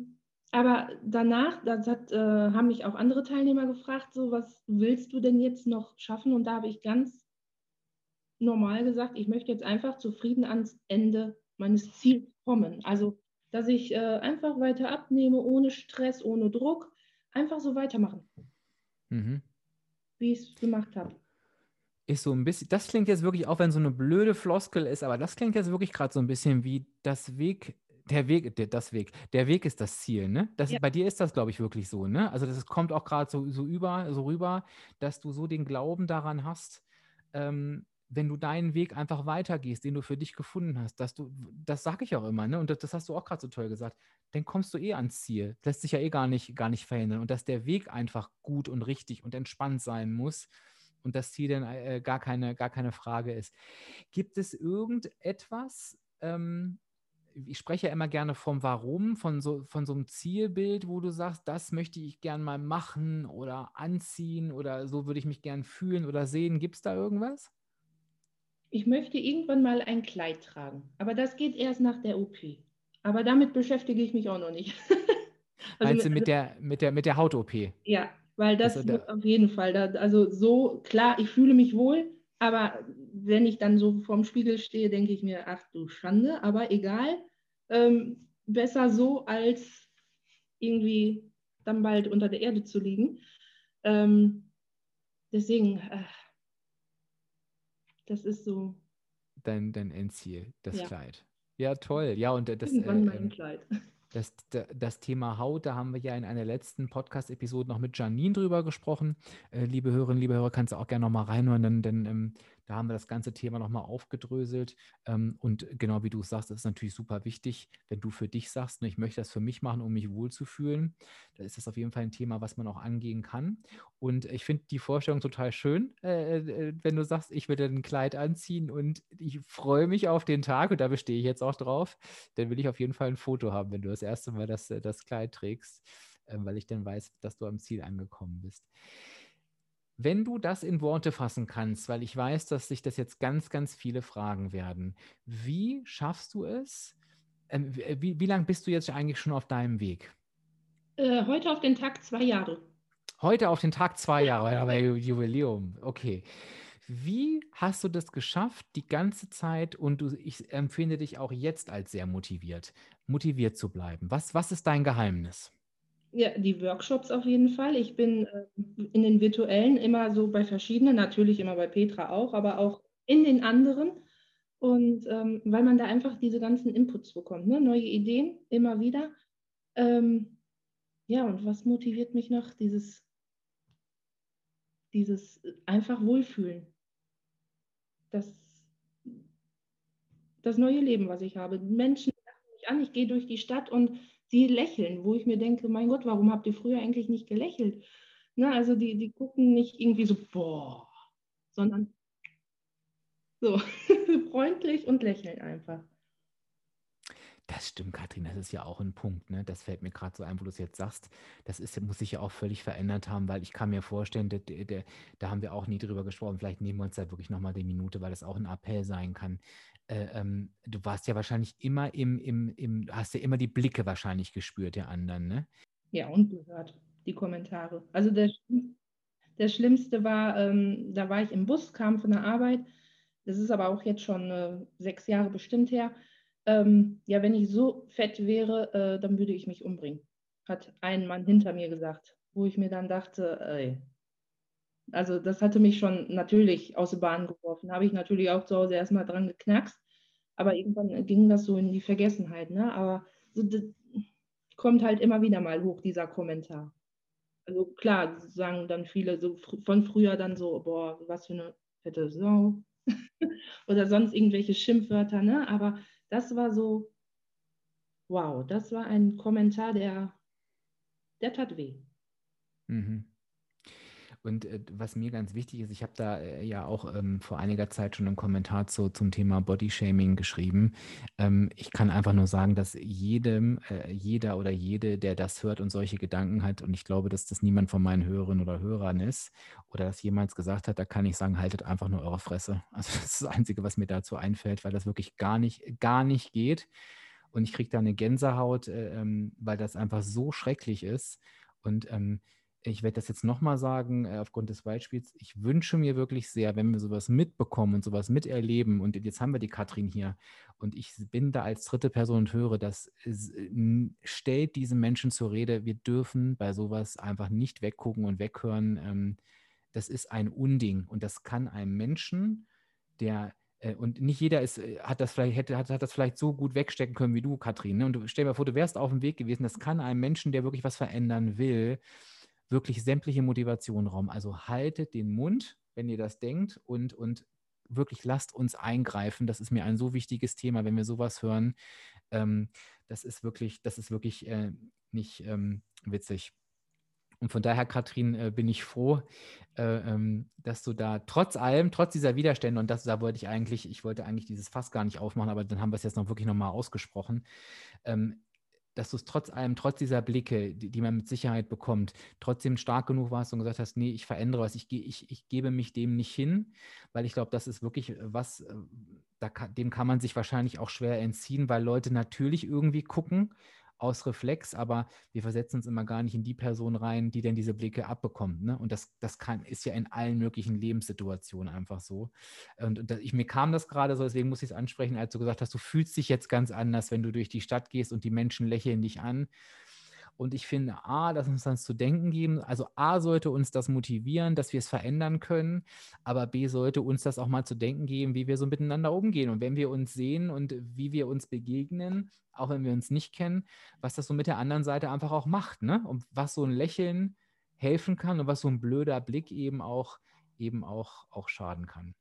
[SPEAKER 2] Aber danach, das hat, äh, haben mich auch andere Teilnehmer gefragt, so, was willst du denn jetzt noch schaffen? Und da habe ich ganz normal gesagt, ich möchte jetzt einfach zufrieden ans Ende meines Ziels kommen. Also, dass ich äh, einfach weiter abnehme, ohne Stress, ohne Druck, einfach so weitermachen,
[SPEAKER 1] Mhm.
[SPEAKER 2] wie ich es gemacht habe.
[SPEAKER 1] Ist so ein bisschen, das klingt jetzt wirklich, auch wenn so eine blöde Floskel ist, aber das klingt jetzt wirklich gerade so ein bisschen wie das Weg, der Weg, der, das Weg, der Weg ist das Ziel, ne? Das,
[SPEAKER 2] Ja.
[SPEAKER 1] bei dir ist das, glaube ich, wirklich so, ne? Also das kommt auch gerade so, so über, so rüber, dass du so den Glauben daran hast, ähm, wenn du deinen Weg einfach weitergehst, den du für dich gefunden hast, dass du, das sage ich auch immer, ne? Und das, das hast du auch gerade so toll gesagt, dann kommst du eh ans Ziel. Das lässt sich ja eh gar nicht, gar nicht verhindern. Und dass der Weg einfach gut und richtig und entspannt sein muss und das Ziel dann äh, gar, keine, gar keine Frage ist. Gibt es irgendetwas, ähm, ich spreche ja immer gerne vom Warum, von so, von so einem Zielbild, wo du sagst, das möchte ich gern mal machen oder anziehen oder so würde ich mich gern fühlen oder sehen. Gibt es da irgendwas?
[SPEAKER 2] Ich möchte irgendwann mal ein Kleid tragen, aber das geht erst nach der O P. Aber damit beschäftige ich mich auch noch nicht. Also,
[SPEAKER 1] Meinst du
[SPEAKER 2] mit,
[SPEAKER 1] mit
[SPEAKER 2] also
[SPEAKER 1] der, mit der, mit der Haut-O P?
[SPEAKER 2] ja, weil
[SPEAKER 1] Das,
[SPEAKER 2] das
[SPEAKER 1] da,
[SPEAKER 2] wird auf jeden Fall, da, also so, klar, ich fühle mich wohl, aber wenn ich dann so vorm Spiegel stehe, denke ich mir, ach du Schande, aber egal, ähm, besser so, als irgendwie dann bald unter der Erde zu liegen. Ähm, deswegen, äh, das ist so,
[SPEAKER 1] dein, dein Endziel, das
[SPEAKER 2] ja,
[SPEAKER 1] Kleid. Ja, toll. Ja, und das, äh,
[SPEAKER 2] irgendwann mal ein
[SPEAKER 1] ähm,
[SPEAKER 2] Kleid.
[SPEAKER 1] Das, das Thema Haut, da haben wir ja in einer letzten Podcast-Episode noch mit Janine drüber gesprochen. Äh, liebe Hörerinnen, liebe Hörer, kannst du auch gerne nochmal reinhören, denn, denn ähm, da haben wir das ganze Thema nochmal aufgedröselt. Ähm, und genau wie du sagst, das ist natürlich super wichtig, wenn du für dich sagst, ne, ich möchte das für mich machen, um mich wohlzufühlen. Da ist das auf jeden Fall ein Thema, was man auch angehen kann. Und ich finde die Vorstellung total schön, äh, äh, wenn du sagst, ich will dir ein Kleid anziehen und ich freue mich auf den Tag und da bestehe ich jetzt auch drauf. Dann will ich auf jeden Fall ein Foto haben, wenn du das erste Mal das, äh, das Kleid trägst, äh, weil ich dann weiß, dass du am Ziel angekommen bist. Wenn du das in Worte fassen kannst, weil ich weiß, dass sich das jetzt ganz, ganz viele fragen werden, wie schaffst du es? Ähm, wie, wie lange bist du jetzt eigentlich schon auf deinem Weg?
[SPEAKER 2] Äh, heute auf den Tag zwei Jahre.
[SPEAKER 1] Heute auf den Tag zwei Jahre, aber Jubiläum. Okay. Wie hast du das geschafft, die ganze Zeit und du, ich empfinde dich auch jetzt als sehr motiviert, motiviert zu bleiben? Was, was ist dein Geheimnis?
[SPEAKER 2] Ja, die Workshops auf jeden Fall. Ich bin äh, in den virtuellen immer so bei verschiedenen, natürlich immer bei Petra auch, aber auch in den anderen. Und ähm, weil man da einfach diese ganzen Inputs bekommt, ne? Neue Ideen immer wieder. Ähm, ja, und was motiviert mich noch? Dieses, dieses einfach Wohlfühlen. Das, das neue Leben, was ich habe. Menschen lachen mich an, ich gehe durch die Stadt und sie lächeln, wo ich mir denke, mein Gott, warum habt ihr früher eigentlich nicht gelächelt? Ne, also die, die gucken nicht irgendwie so, boah, sondern so freundlich und lächeln einfach.
[SPEAKER 1] Das stimmt, Katrin, das ist ja auch ein Punkt, ne? Das fällt mir gerade so ein, wo du es jetzt sagst. Das ist, muss sich ja auch völlig verändert haben, weil ich kann mir vorstellen, der, der, der, da haben wir auch nie drüber gesprochen. Vielleicht nehmen wir uns da wirklich nochmal die Minute, weil das auch ein Appell sein kann. Äh, ähm, du warst ja wahrscheinlich immer im, im, im, hast ja immer die Blicke wahrscheinlich gespürt der anderen, ne?
[SPEAKER 2] Ja, und gehört die Kommentare. Also der, der Schlimmste war, ähm, da war ich im Bus, kam von der Arbeit. Das ist aber auch jetzt schon äh, sechs Jahre bestimmt her. Ähm, ja, wenn ich so fett wäre, äh, dann würde ich mich umbringen, hat ein Mann hinter mir gesagt, wo ich mir dann dachte, ey, also das hatte mich schon natürlich aus der Bahn geworfen. Habe ich natürlich auch zu Hause erstmal dran geknackst, aber irgendwann ging das so in die Vergessenheit. Ne? Aber so, das kommt halt immer wieder mal hoch, dieser Kommentar. Also klar, sagen dann viele so fr von früher dann so, boah, was für eine fette Sau. Oder sonst irgendwelche Schimpfwörter, ne? Aber das war so, wow, das war ein Kommentar, der, der tat weh.
[SPEAKER 1] Mhm. Und äh, was mir ganz wichtig ist, ich habe da äh, ja auch ähm, vor einiger Zeit schon einen Kommentar zu, zum Thema Bodyshaming geschrieben. Ähm, ich kann einfach nur sagen, dass jedem, äh, jeder oder jede, der das hört und solche Gedanken hat, und ich glaube, dass das niemand von meinen Hörerinnen oder Hörern ist oder das jemals gesagt hat, da kann ich sagen, haltet einfach nur eure Fresse. Also das ist das Einzige, was mir dazu einfällt, weil das wirklich gar nicht, gar nicht geht. und ich kriege da eine Gänsehaut, äh, ähm, weil das einfach so schrecklich ist. Und ähm, ich werde das jetzt nochmal sagen, äh, aufgrund des Beispiels, ich wünsche mir wirklich sehr, wenn wir sowas mitbekommen und sowas miterleben, und jetzt haben wir die Katrin hier, und ich bin da als dritte Person und höre, das ist, n- stellt diese Menschen zur Rede, wir dürfen bei sowas einfach nicht weggucken und weghören. Ähm, das ist ein Unding und das kann einem Menschen, der äh, und nicht jeder ist, äh, hat das vielleicht, hätte, hat, hat das vielleicht so gut wegstecken können wie du, Katrin. Ne? Und du stell dir mal vor, du wärst auf dem Weg gewesen. Das kann einem Menschen, der wirklich was verändern will, wirklich sämtliche Motivation rauben. Also haltet den Mund, wenn ihr das denkt, und, und wirklich lasst uns eingreifen. Das ist mir ein so wichtiges Thema, wenn wir sowas hören. Ähm, das ist wirklich, das ist wirklich äh, nicht ähm, witzig. Und von daher, Katrin, äh, bin ich froh, äh, ähm, dass du da trotz allem, trotz dieser Widerstände, und das, da wollte ich eigentlich, ich wollte eigentlich dieses Fass gar nicht aufmachen, aber dann haben wir es jetzt noch wirklich nochmal ausgesprochen, ähm, dass du es trotz allem, trotz dieser Blicke, die, die man mit Sicherheit bekommt, trotzdem stark genug warst und gesagt hast, nee, ich verändere was, ich, ge- ich, ich gebe mich dem nicht hin, weil ich glaube, das ist wirklich was, äh, da kann, dem kann man sich wahrscheinlich auch schwer entziehen, weil Leute natürlich irgendwie gucken aus Reflex, aber wir versetzen uns immer gar nicht in die Person rein, die denn diese Blicke abbekommt. Ne? Und das, das kann, ist ja in allen möglichen Lebenssituationen einfach so. Und, und ich, mir kam das gerade so, deswegen muss ich es ansprechen, als du gesagt hast, du fühlst dich jetzt ganz anders, wenn du durch die Stadt gehst und die Menschen lächeln dich an. Und ich finde, A, dass uns das zu denken geben. Also A, sollte uns das motivieren, dass wir es verändern können. Aber B, sollte uns das auch mal zu denken geben, wie wir so miteinander umgehen. Und wenn wir uns sehen und wie wir uns begegnen, auch wenn wir uns nicht kennen, was das so mit der anderen Seite einfach auch macht. Ne? Und was so ein Lächeln helfen kann und was so ein blöder Blick eben auch, eben auch, auch schaden kann.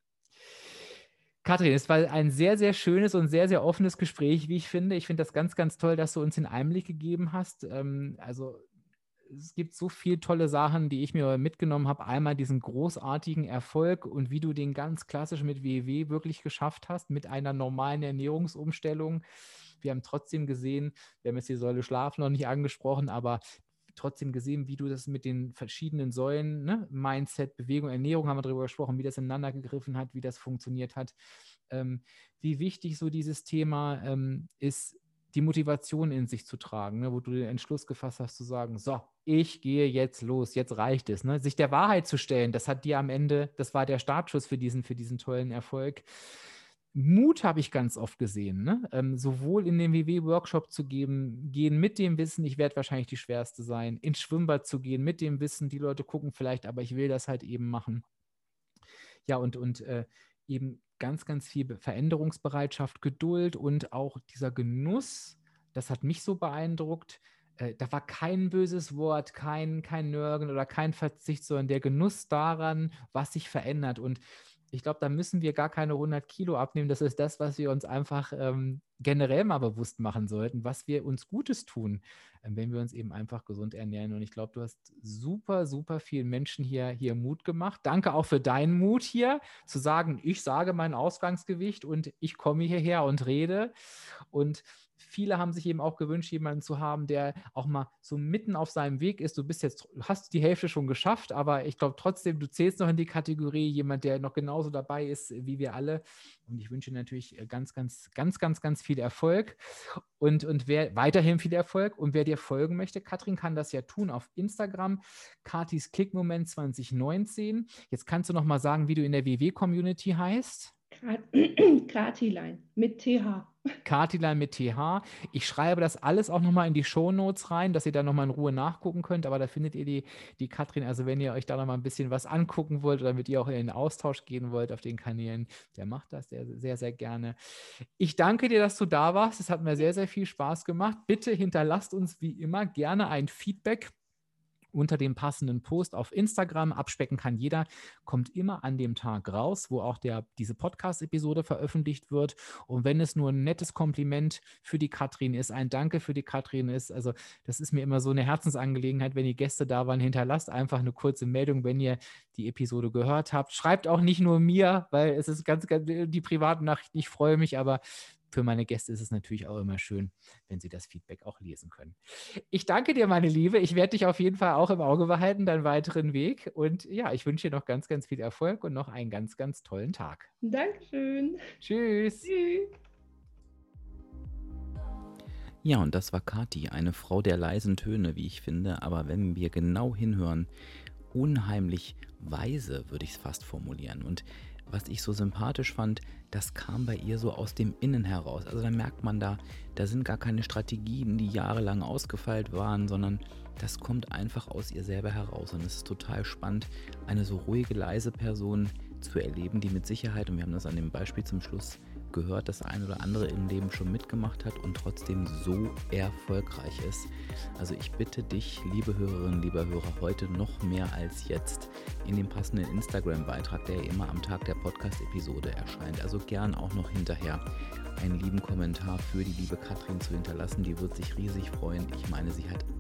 [SPEAKER 1] Katrin, es war ein sehr, sehr schönes und sehr, sehr offenes Gespräch, wie ich finde. Ich finde das ganz, ganz toll, dass du uns den Einblick gegeben hast. Ähm, also es gibt so viele tolle Sachen, die ich mir mitgenommen habe. Einmal diesen großartigen Erfolg und wie du den ganz klassisch mit W W wirklich geschafft hast, mit einer normalen Ernährungsumstellung. Wir haben trotzdem gesehen, wir haben jetzt die Säule Schlaf noch nicht angesprochen, aber trotzdem gesehen, wie du das mit den verschiedenen Säulen, ne? Mindset, Bewegung, Ernährung, haben wir darüber gesprochen, wie das ineinander gegriffen hat, wie das funktioniert hat. Ähm, wie wichtig so dieses Thema ähm, ist, die Motivation in sich zu tragen, ne? Wo du den Entschluss gefasst hast zu sagen, so, ich gehe jetzt los, jetzt reicht es. Ne? Sich der Wahrheit zu stellen, das hat dir am Ende, das war der Startschuss für diesen, für diesen tollen Erfolg. Mut habe ich ganz oft gesehen, ne? Ähm, sowohl in den W W-Workshop zu geben, gehen mit dem Wissen, ich werde wahrscheinlich die Schwerste sein, ins Schwimmbad zu gehen mit dem Wissen, die Leute gucken vielleicht, aber ich will das halt eben machen. Ja, und, und äh, eben ganz, ganz viel Veränderungsbereitschaft, Geduld und auch dieser Genuss, das hat mich so beeindruckt. Äh, da war kein böses Wort, kein, kein Nörgeln oder kein Verzicht, sondern der Genuss daran, was sich verändert. Und ich glaube, da müssen wir gar keine hundert Kilo abnehmen. Das ist das, was wir uns einfach ähm, generell mal bewusst machen sollten, was wir uns Gutes tun, äh, wenn wir uns eben einfach gesund ernähren. Und ich glaube, du hast super, super vielen Menschen hier, hier Mut gemacht. Danke auch für deinen Mut hier, zu sagen, ich sage mein Ausgangsgewicht und ich komme hierher und rede. Und viele haben sich eben auch gewünscht, jemanden zu haben, der auch mal so mitten auf seinem Weg ist. Du bist jetzt, hast die Hälfte schon geschafft, aber ich glaube trotzdem, du zählst noch in die Kategorie, jemand, der noch genauso dabei ist wie wir alle. Und ich wünsche dir natürlich ganz, ganz, ganz, ganz, ganz viel Erfolg und, und wer weiterhin viel Erfolg. Und wer dir folgen möchte, Katrin kann das ja tun auf Instagram, Katis Klickmoment zwanzig neunzehn. Jetzt kannst du noch mal sagen, wie du in der W W-Community heißt.
[SPEAKER 2] Katilein mit T H.
[SPEAKER 1] Katilein mit T H. Ich schreibe das alles auch nochmal in die Shownotes rein, dass ihr da nochmal in Ruhe nachgucken könnt. Aber da findet ihr die, die Katrin. Also wenn ihr euch da nochmal ein bisschen was angucken wollt oder mit ihr auch in den Austausch gehen wollt auf den Kanälen, der macht das sehr, sehr, sehr gerne. Ich danke dir, dass du da warst. Es hat mir sehr, sehr viel Spaß gemacht. Bitte hinterlasst uns wie immer gerne ein Feedback unter dem passenden Post auf Instagram. Abspecken kann jeder, kommt immer an dem Tag raus, wo auch der, diese Podcast-Episode veröffentlicht wird. Und wenn es nur ein nettes Kompliment für die Katrin ist, ein Danke für die Katrin ist, also das ist mir immer so eine Herzensangelegenheit, wenn die Gäste da waren, hinterlasst einfach eine kurze Meldung, wenn ihr die Episode gehört habt. Schreibt auch nicht nur mir, weil es ist ganz, ganz die privaten Nachrichten, ich freue mich, aber für meine Gäste ist es natürlich auch immer schön, wenn sie das Feedback auch lesen können. Ich danke dir, meine Liebe. Ich werde dich auf jeden Fall auch im Auge behalten, deinen weiteren Weg. Und ja, ich wünsche dir noch ganz, ganz viel Erfolg und noch einen ganz, ganz tollen Tag.
[SPEAKER 2] Dankeschön.
[SPEAKER 1] Tschüss.
[SPEAKER 2] Tschüss.
[SPEAKER 3] Ja, und das war Kathi, eine Frau der leisen Töne, wie ich finde, aber wenn wir genau hinhören, unheimlich weise, würde ich es fast formulieren. Und was ich so sympathisch fand, das kam bei ihr so aus dem Innen heraus. Also da merkt man da, da sind gar keine Strategien, die jahrelang ausgefeilt waren, sondern das kommt einfach aus ihr selber heraus. Und es ist total spannend, eine so ruhige, leise Person zu erleben, die mit Sicherheit, und wir haben das an dem Beispiel zum Schluss gehört, das ein oder andere im Leben schon mitgemacht hat und trotzdem so erfolgreich ist. Also ich bitte dich, liebe Hörerinnen, lieber Hörer, heute noch mehr als jetzt in dem passenden Instagram-Beitrag, der ja immer am Tag der Podcast-Episode erscheint, also gern auch noch hinterher einen lieben Kommentar für die liebe Katrin zu hinterlassen. Die wird sich riesig freuen. Ich meine, sie hat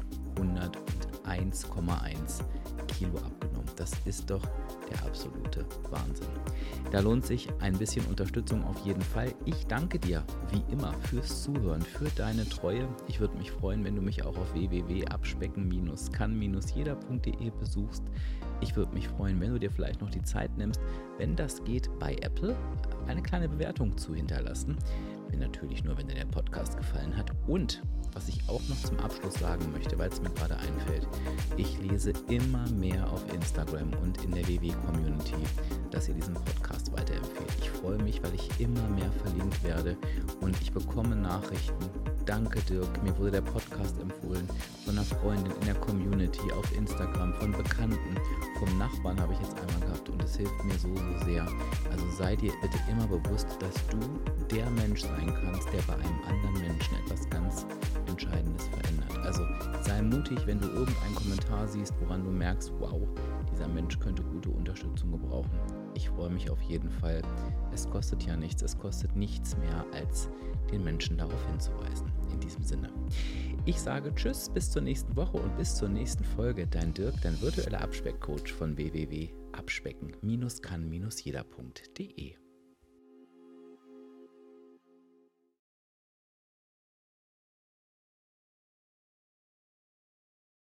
[SPEAKER 3] hunderteins Komma eins Kilo abgenommen. Das ist doch der absolute Wahnsinn. Da lohnt sich ein bisschen Unterstützung auf jeden Fall. Ich danke dir wie immer fürs Zuhören, für deine Treue. Ich würde mich freuen, wenn du mich auch auf w w w punkt abspecken kann jeder punkt de besuchst. Ich würde mich freuen, wenn du dir vielleicht noch die Zeit nimmst, wenn das geht, bei Apple eine kleine Bewertung zu hinterlassen. Natürlich nur, wenn dir der Podcast gefallen hat. Und was ich auch noch zum Abschluss sagen möchte, weil es mir gerade einfällt, ich lese immer mehr auf Instagram und in der W W-Community, dass ihr diesen Podcast weiterempfehlt. Ich freue mich, weil ich immer mehr verlinkt werde und ich bekomme Nachrichten. Danke Dirk, mir wurde der Podcast empfohlen von einer Freundin in der Community, auf Instagram, von Bekannten, vom Nachbarn habe ich jetzt einmal gehabt und es hilft mir so, so sehr. Also sei dir bitte immer bewusst, dass du der Mensch sein kannst, der bei einem anderen Menschen etwas ganz Entscheidendes verändert. Also sei mutig, wenn du irgendeinen Kommentar siehst, woran du merkst, wow, dieser Mensch könnte gute Unterstützung gebrauchen. Ich freue mich auf jeden Fall. Es kostet ja nichts, es kostet nichts mehr, als den Menschen darauf hinzuweisen. In diesem Sinne. Ich sage Tschüss, bis zur nächsten Woche und bis zur nächsten Folge. Dein Dirk, dein virtueller Abspeckcoach von w w w punkt abspecken kann jeder punkt de.